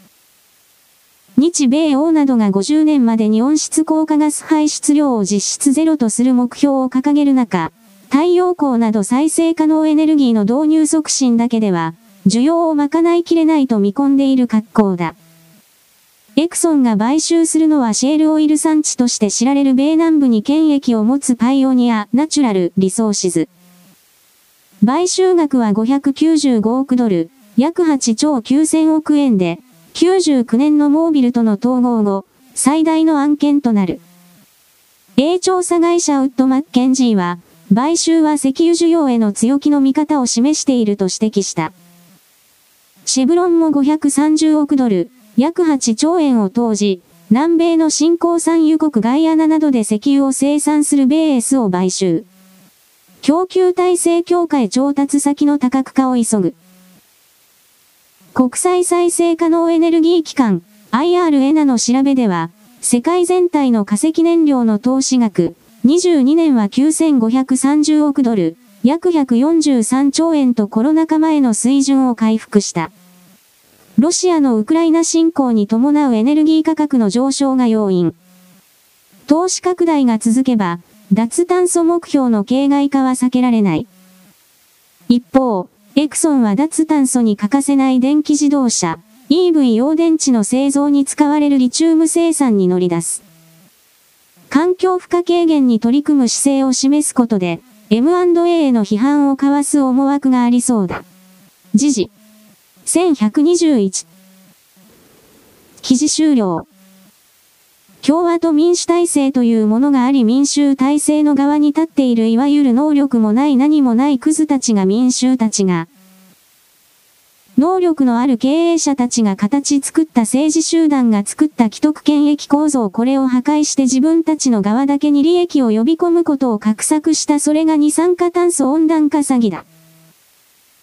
日米欧などがごじゅうねんまでに温室効果ガス排出量を実質ゼロとする目標を掲げる中、太陽光など再生可能エネルギーの導入促進だけでは、需要を賄いきれないと見込んでいる格好だ。エクソンが買収するのはシェールオイル産地として知られる米南部に権益を持つパイオニア・ナチュラル・リソーシズ。買収額はごひゃくきゅうじゅうごおくドル、約はちちょうきゅうせんおくえんで、きゅうじゅうきゅうねんのモービルとの統合後、最大の案件となる。米調査会社ウッド・マッケンジーは、買収は石油需要への強気の見方を示していると指摘した。シェブロンもごひゃくさんじゅうおくドル、約はちちょうえんを投じ、南米の新興産油国ガイアナなどで石油を生産するベーエスを買収。供給体制強化へ調達先の多角化を急ぐ。国際再生可能エネルギー機関 アイアール エナの調べでは、世界全体の化石燃料の投資額、にじゅうにねんはきゅうせんごひゃくさんじゅうおくドル、約ひゃくよんじゅうさんちょうえんとコロナ禍前の水準を回復した。ロシアのウクライナ侵攻に伴うエネルギー価格の上昇が要因。投資拡大が続けば、脱炭素目標の形骸化は避けられない。一方、エクソンは脱炭素に欠かせない電気自動車、イーブイ 用電池の製造に使われるリチウム生産に乗り出す。環境負荷軽減に取り組む姿勢を示すことで、エムアンドエー への批判をかわす思惑がありそうだ。時事。せんひゃくにじゅういち。記事終了。共和と民主体制というものがあり民衆体制の側に立っているいわゆる能力もない何もないクズたちが民衆たちが、能力のある経営者たちが形作った政治集団が作った既得権益構造、これを破壊して自分たちの側だけに利益を呼び込むことを画策した、それが二酸化炭素温暖化詐欺だ。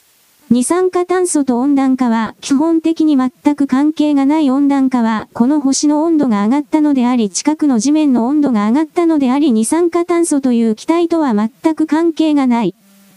二酸化炭素と温暖化は基本的に全く関係がない。温暖化はこの星の温度が上がったのであり、近くの地面の温度が上がったのであり、二酸化炭素という気体とは全く関係がない。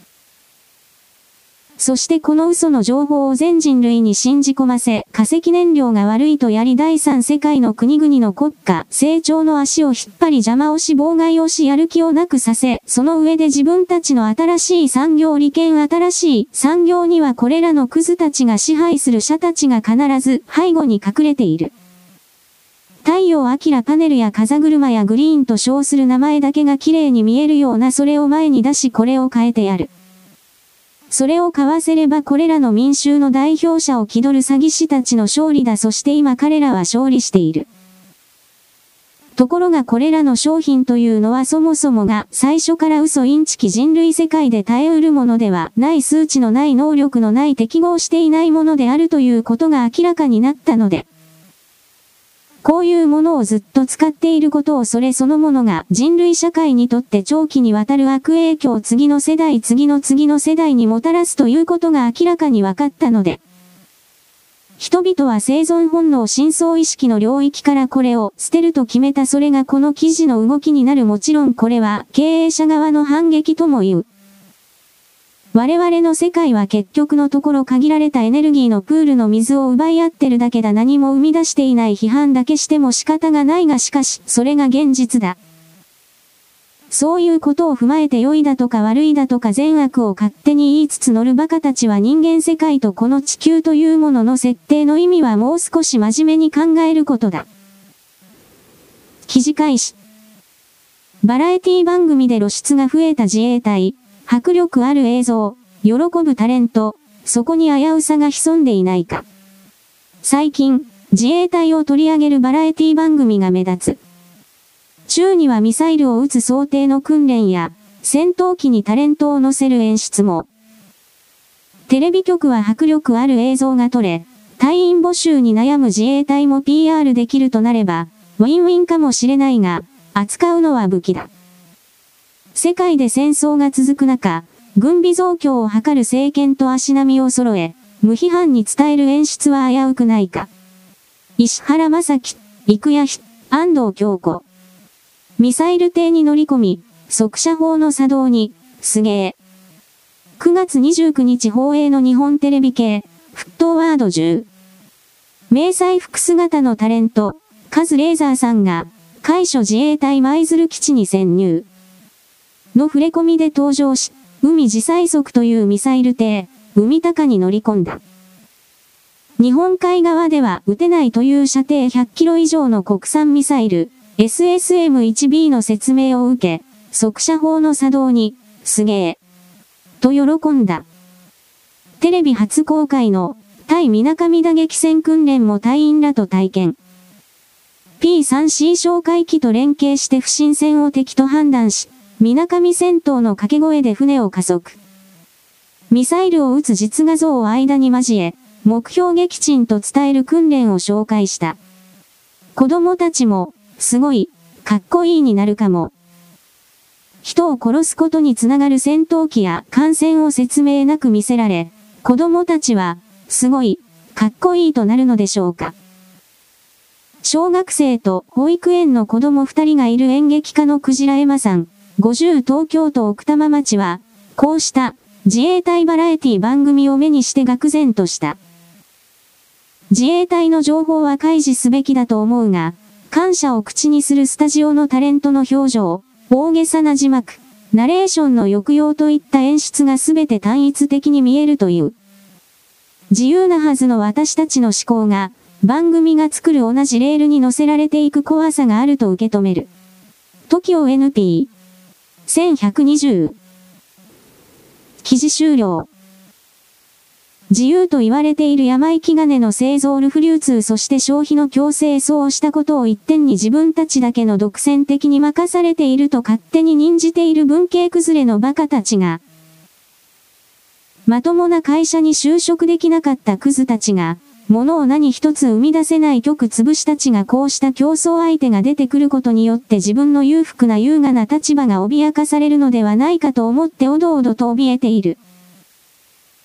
そしてこの嘘の情報を全人類に信じ込ませ、化石燃料が悪いとやり第三世界の国々の国家、成長の足を引っ張り邪魔をし妨害をしやる気をなくさせ、その上で自分たちの新しい産業利権新しい産業にはこれらのクズたちが支配する者たちが必ず背後に隠れている。太陽明パネルや風車やグリーンと称する名前だけが綺麗に見えるようなそれを前に出しこれを変えてやる。それを買わせればこれらの民衆の代表者を気取る詐欺師たちの勝利だ。そして今彼らは勝利している。ところがこれらの商品というのはそもそもが最初から嘘インチキ人類世界で耐えうるものではない数値のない能力のない適合していないものであるということが明らかになったので、こういうものをずっと使っていることをそれそのものが人類社会にとって長期にわたる悪影響を次の世代次の次の世代にもたらすということが明らかに分かったので、人々は生存本能深層意識の領域からこれを捨てると決めた。それがこの記事の動きになる。もちろんこれは経営者側の反撃とも言う。我々の世界は結局のところ限られたエネルギーのプールの水を奪い合ってるだけだ。何も生み出していない。批判だけしても仕方がないがしかし、それが現実だ。そういうことを踏まえて良いだとか悪いだとか善悪を勝手に言いつつ乗るバカたちは人間世界とこの地球というものの設定の意味はもう少し真面目に考えることだ。記事開始。バラエティ番組で露出が増えた自衛隊。迫力ある映像、喜ぶタレント、そこに危うさが潜んでいないか。最近、自衛隊を取り上げるバラエティ番組が目立つ。宙にはミサイルを撃つ想定の訓練や、戦闘機にタレントを乗せる演出も。テレビ局は迫力ある映像が撮れ、隊員募集に悩む自衛隊も ピーアール できるとなれば、ウィンウィンかもしれないが、扱うのは武器だ。世界で戦争が続く中、軍備増強を図る政権と足並みを揃え、無批判に伝える演出は危うくないか。石原正樹、生谷比、安藤京子。ミサイル艇に乗り込み、速射砲の作動に、すげえ。くがつにじゅうくにち放映の日本テレビ系、沸騰ワードじゅう。迷彩服姿のタレント、カズレーザーさんが、海所自衛隊舞鶴基地に潜入。の触れ込みで登場し、海自最速というミサイル艇、海鷹に乗り込んだ。日本海側では撃てないという射程ひゃっキロ以上の国産ミサイル、エスエスエムワンビー の説明を受け、速射砲の作動に、すげえ、と喜んだ。テレビ初公開の、対水上打撃戦訓練も隊員らと体験。ピースリーシー 哨戒機と連携して不審船を敵と判断し、水上戦闘の掛け声で船を加速。ミサイルを撃つ実画像を間に交え、目標撃沈と伝える訓練を紹介した。子供たちも、すごい、かっこいいになるかも。人を殺すことにつながる戦闘機や艦船を説明なく見せられ、子供たちは、すごい、かっこいいとなるのでしょうか。小学生と保育園の子供二人がいる演劇家のクジラエマさん。ごじゅう東京都奥多摩町は、こうした自衛隊バラエティ番組を目にして愕然とした。自衛隊の情報は開示すべきだと思うが、感謝を口にするスタジオのタレントの表情、大げさな字幕、ナレーションの抑揚といった演出がすべて単一的に見えるという。自由なはずの私たちの思考が、番組が作る同じレールに乗せられていく怖さがあると受け止める。トキオ エヌピー。せんひゃくにじゅう。記事終了。自由と言われている山生き金の製造ルフ流通そして消費の強制そうしたことを一点に自分たちだけの独占的に任されていると勝手に任じている文系崩れのバカたちが、まともな会社に就職できなかったクズたちが、物を何一つ生み出せない極潰したちがこうした競争相手が出てくることによって自分の裕福な優雅な立場が脅かされるのではないかと思っておどおどと怯えている。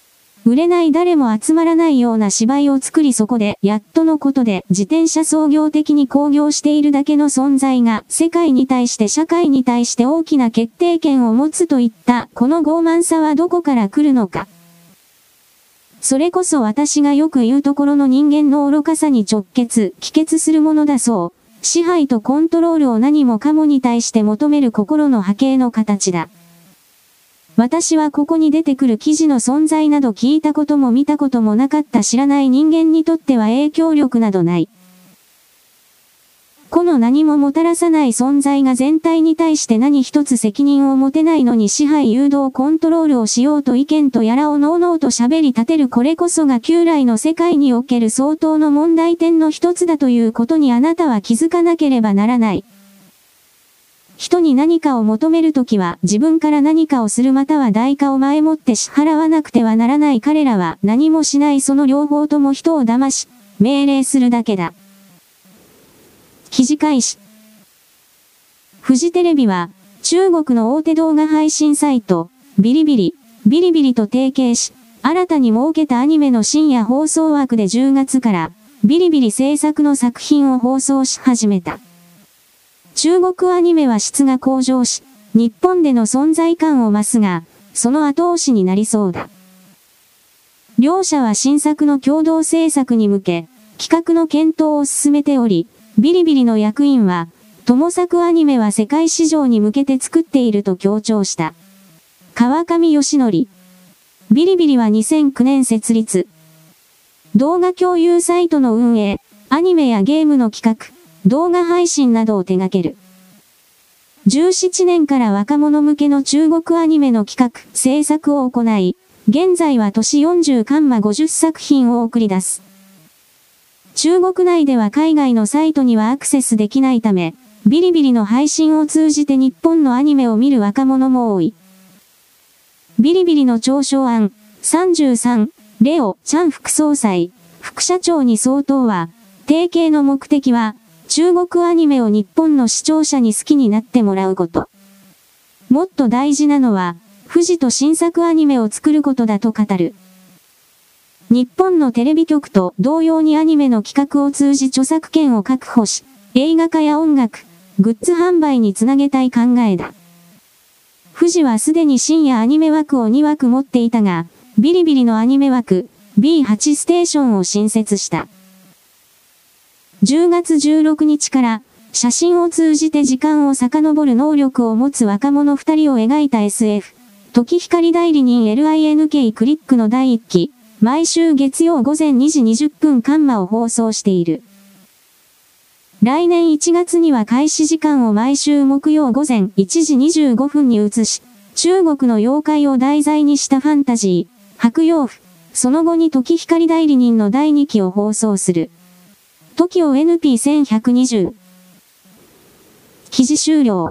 売れない誰も集まらないような芝居を作りそこで、やっとのことで自転車創業的に興行しているだけの存在が、世界に対して社会に対して大きな決定権を持つといった、この傲慢さはどこから来るのか。それこそ私がよく言うところの人間の愚かさに直結、帰結するものだそう。支配とコントロールを何もかもに対して求める心の波形の形だ。私はここに出てくる記事の存在など聞いたことも見たこともなかった知らない人間にとっては影響力などない。この何ももたらさない存在が全体に対して何一つ責任を持てないのに支配誘導コントロールをしようと意見とやらをのうのうと喋り立てるこれこそが旧来の世界における相当の問題点の一つだということにあなたは気づかなければならない。人に何かを求めるときは自分から何かをするまたは代価を前もって支払わなくてはならない彼らは何もしないその両方とも人を騙し、命令するだけだ。記事開始。フジテレビは中国の大手動画配信サイトビリビリ、ビリビリと提携し、新たに設けたアニメの深夜放送枠でじゅうがつからビリビリ制作の作品を放送し始めた。中国アニメは質が向上し、日本での存在感を増すが、その後押しになりそうだ。両社は新作の共同制作に向け、企画の検討を進めており、ビリビリの役員は、友作アニメは世界市場に向けて作っていると強調した。川上義則。ビリビリはにせんきゅうねん設立。動画共有サイトの運営、アニメやゲームの企画、動画配信などを手掛ける。じゅうななねんから若者向けの中国アニメの企画、制作を行い、現在は年よんじゅうカンマごじゅっさく品を送り出す。中国内では海外のサイトにはアクセスできないため、ビリビリの配信を通じて日本のアニメを見る若者も多い。ビリビリの長所案さんじゅうさん、レオ・チャン副総裁、副社長に相当は、提携の目的は、中国アニメを日本の視聴者に好きになってもらうこと。もっと大事なのは、富士と新作アニメを作ることだと語る。日本のテレビ局と同様にアニメの企画を通じ著作権を確保し、映画化や音楽、グッズ販売につなげたい考えだ。富士はすでに深夜アニメ枠をにわく持っていたが、ビリビリのアニメ枠、ビーはち ステーションを新設した。じゅうがつじゅうろくにちから、写真を通じて時間を遡る能力を持つ若者ふたりを描いた エスエフ、時光代理人 エルアイエヌケー クリックのだいいっき、毎週月曜午前にじにじゅっぷんカンマを放送している。来年いちがつには開始時間を毎週木曜午前いちじにじゅうごふんに移し、中国の妖怪を題材にしたファンタジー、白妖符、その後に時光代理人のだいにきを放送する。トキオ エヌピーせんひゃくにじゅう。記事終了。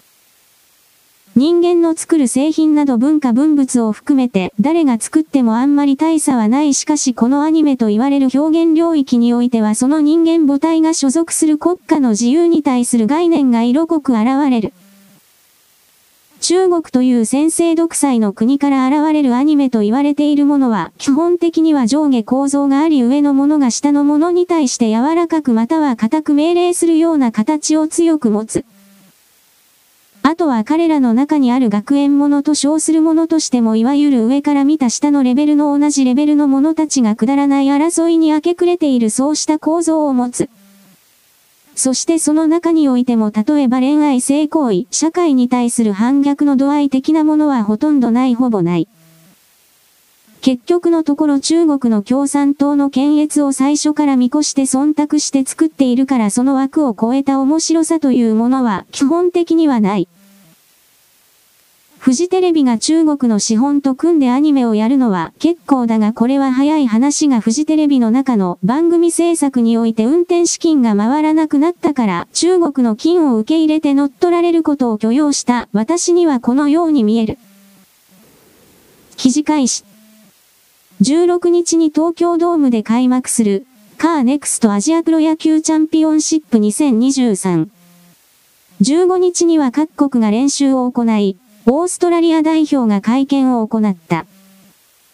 人間の作る製品など文化文物を含めて誰が作ってもあんまり大差はない。しかしこのアニメと言われる表現領域においてはその人間母体が所属する国家の自由に対する概念が色濃く現れる。中国という専制独裁の国から現れるアニメと言われているものは基本的には上下構造があり上のものが下のものに対して柔らかくまたは固く命令するような形を強く持つ。あとは彼らの中にある学園ものと称するものとしてもいわゆる上から見た下のレベルの同じレベルの者たちがくだらない争いに明け暮れているそうした構造を持つ。そしてその中においても例えば恋愛性行為、社会に対する反逆の度合い的なものはほとんどないほぼない。結局のところ中国の共産党の検閲を最初から見越して忖度して作っているからその枠を超えた面白さというものは基本的にはない。フジテレビが中国の資本と組んでアニメをやるのは結構だがこれは早い話がフジテレビの中の番組制作において運転資金が回らなくなったから中国の金を受け入れて乗っ取られることを許容した私にはこのように見える。記事開始。じゅうろくにちに東京ドームで開幕するカーネクストアジアプロ野球チャンピオンシップにせんにじゅうさん。じゅうごにちには各国が練習を行い、オーストラリア代表が会見を行った。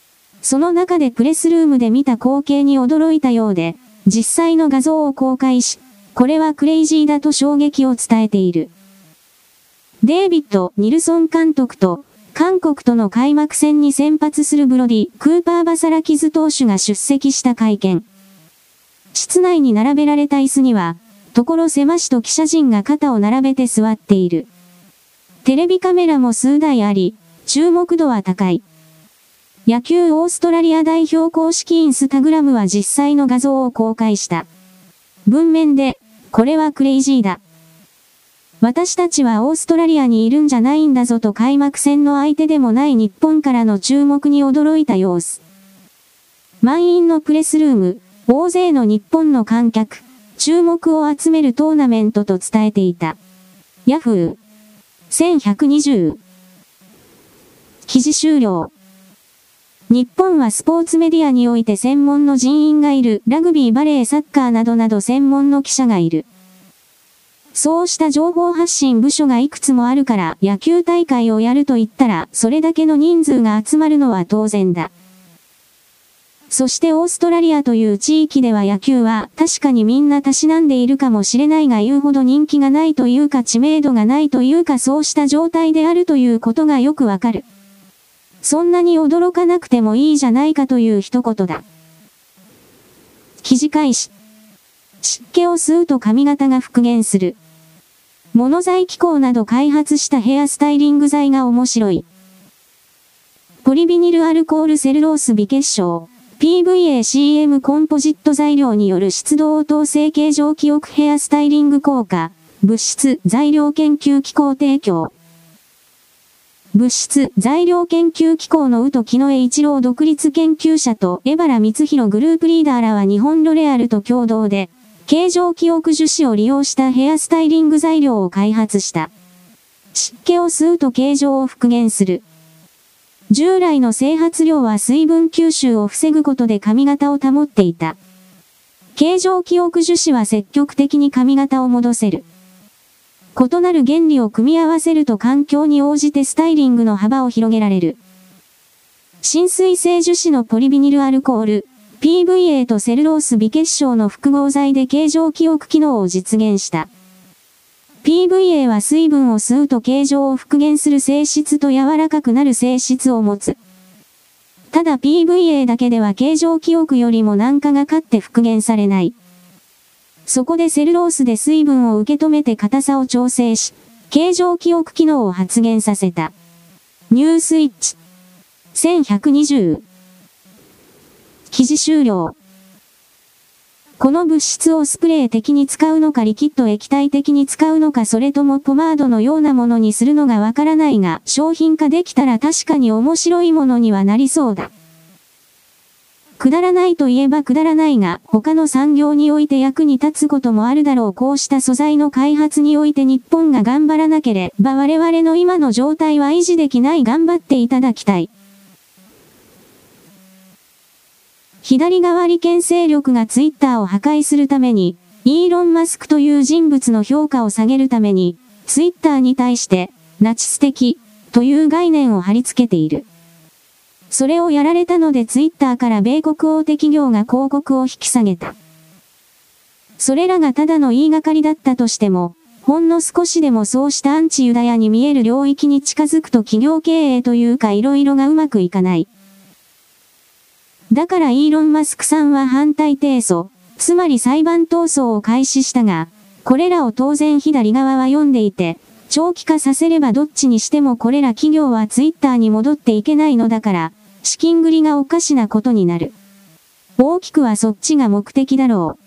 その中でプレスルームで見た光景に驚いたようで、実際の画像を公開し、これはクレイジーだと衝撃を伝えている。デイビッド・ニルソン監督と、韓国との開幕戦に先発するブロディ・クーパー・バサラキズ投手が出席した会見。室内に並べられた椅子には、所狭しと記者陣が肩を並べて座っている。テレビカメラも数台あり、注目度は高い。野球オーストラリア代表公式インスタグラムは実際の画像を公開した。文面で、これはクレイジーだ。私たちはオーストラリアにいるんじゃないんだぞと開幕戦の相手でもない日本からの注目に驚いた様子。満員のプレスルーム、大勢の日本の観客、注目を集めるトーナメントと伝えていた。ヤフー。せんひゃくにじゅう。記事終了。日本はスポーツメディアにおいて専門の人員がいる、ラグビー、バレー、サッカーなどなど専門の記者がいる。そうした情報発信部署がいくつもあるから野球大会をやると言ったらそれだけの人数が集まるのは当然だ。そしてオーストラリアという地域では野球は確かにみんなたしなんでいるかもしれないが言うほど人気がないというか知名度がないというかそうした状態であるということがよくわかる。そんなに驚かなくてもいいじゃないかという一言だ。記事開始。湿気を吸うと髪型が復元する。モノ材機構など開発したヘアスタイリング剤が面白い。ポリビニルアルコールセルロース微結晶。ピーブイエーシーエム コンポジット材料による湿度応答性形状記憶ヘアスタイリング効果。物質材料研究機構提供。物質材料研究機構の宇都木野江一郎独立研究者と江原光弘グループリーダーらは日本ロレアルと共同で、形状記憶樹脂を利用したヘアスタイリング材料を開発した。湿気を吸うと形状を復元する。従来の整髪料は水分吸収を防ぐことで髪型を保っていた。形状記憶樹脂は積極的に髪型を戻せる。異なる原理を組み合わせると環境に応じてスタイリングの幅を広げられる。浸水性樹脂のポリビニルアルコール、ピーブイエー とセルロース微結晶の複合剤で形状記憶機能を実現した。ピーブイエー は水分を吸うと形状を復元する性質と柔らかくなる性質を持つ。ただ ピーブイエー だけでは形状記憶よりも軟化が勝って復元されない。そこでセルロースで水分を受け止めて硬さを調整し、形状記憶機能を発現させた。ニュースイッチ。せんひゃくにじゅう。記事終了。この物質をスプレー的に使うのかリキッド液体的に使うのかそれともポマードのようなものにするのがわからないが、商品化できたら確かに面白いものにはなりそうだ。くだらないといえばくだらないが、他の産業において役に立つこともあるだろう。こうした素材の開発において日本が頑張らなければ我々の今の状態は維持できない。頑張っていただきたい。左側利権勢力がツイッターを破壊するために、イーロン・マスクという人物の評価を下げるために、ツイッターに対して、ナチス的という概念を貼り付けている。それをやられたのでツイッターから米国大手企業が広告を引き下げた。それらがただの言いがかりだったとしても、ほんの少しでもそうしたアンチユダヤに見える領域に近づくと企業経営というか色々がうまくいかない。だからイーロン・マスクさんは反対提訴、つまり裁判闘争を開始したが、これらを当然左側は読んでいて、長期化させればどっちにしてもこれら企業はツイッターに戻っていけないのだから、資金繰りがおかしなことになる。大きくはそっちが目的だろ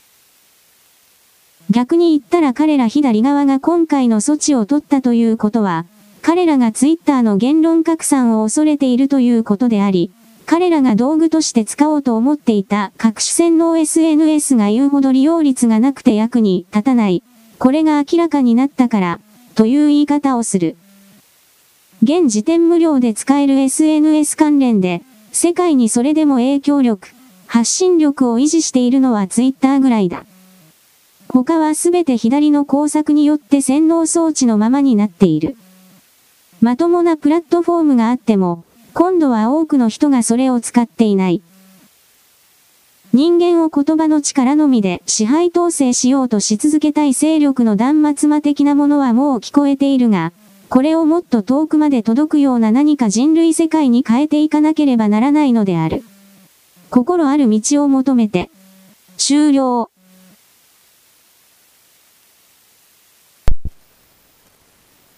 う。逆に言ったら彼ら左側が今回の措置を取ったということは、彼らがツイッターの言論拡散を恐れているということであり、彼らが道具として使おうと思っていた各種洗脳 エスエヌエス が言うほど利用率がなくて役に立たない。これが明らかになったから、という言い方をする。現時点無料で使える エスエヌエス 関連で、世界にそれでも影響力、発信力を維持しているのはツイッターぐらいだ。他はすべて左の工作によって洗脳装置のままになっている。まともなプラットフォームがあっても、 今度は多くの人がそれを使っていない。人間を言葉の力のみで支配統制しようとし続けたい勢力の断末魔的なものはもう聞こえているが、これをもっと遠くまで届くような何か人類世界に変えていかなければならないのである。心ある道を求めて。終了。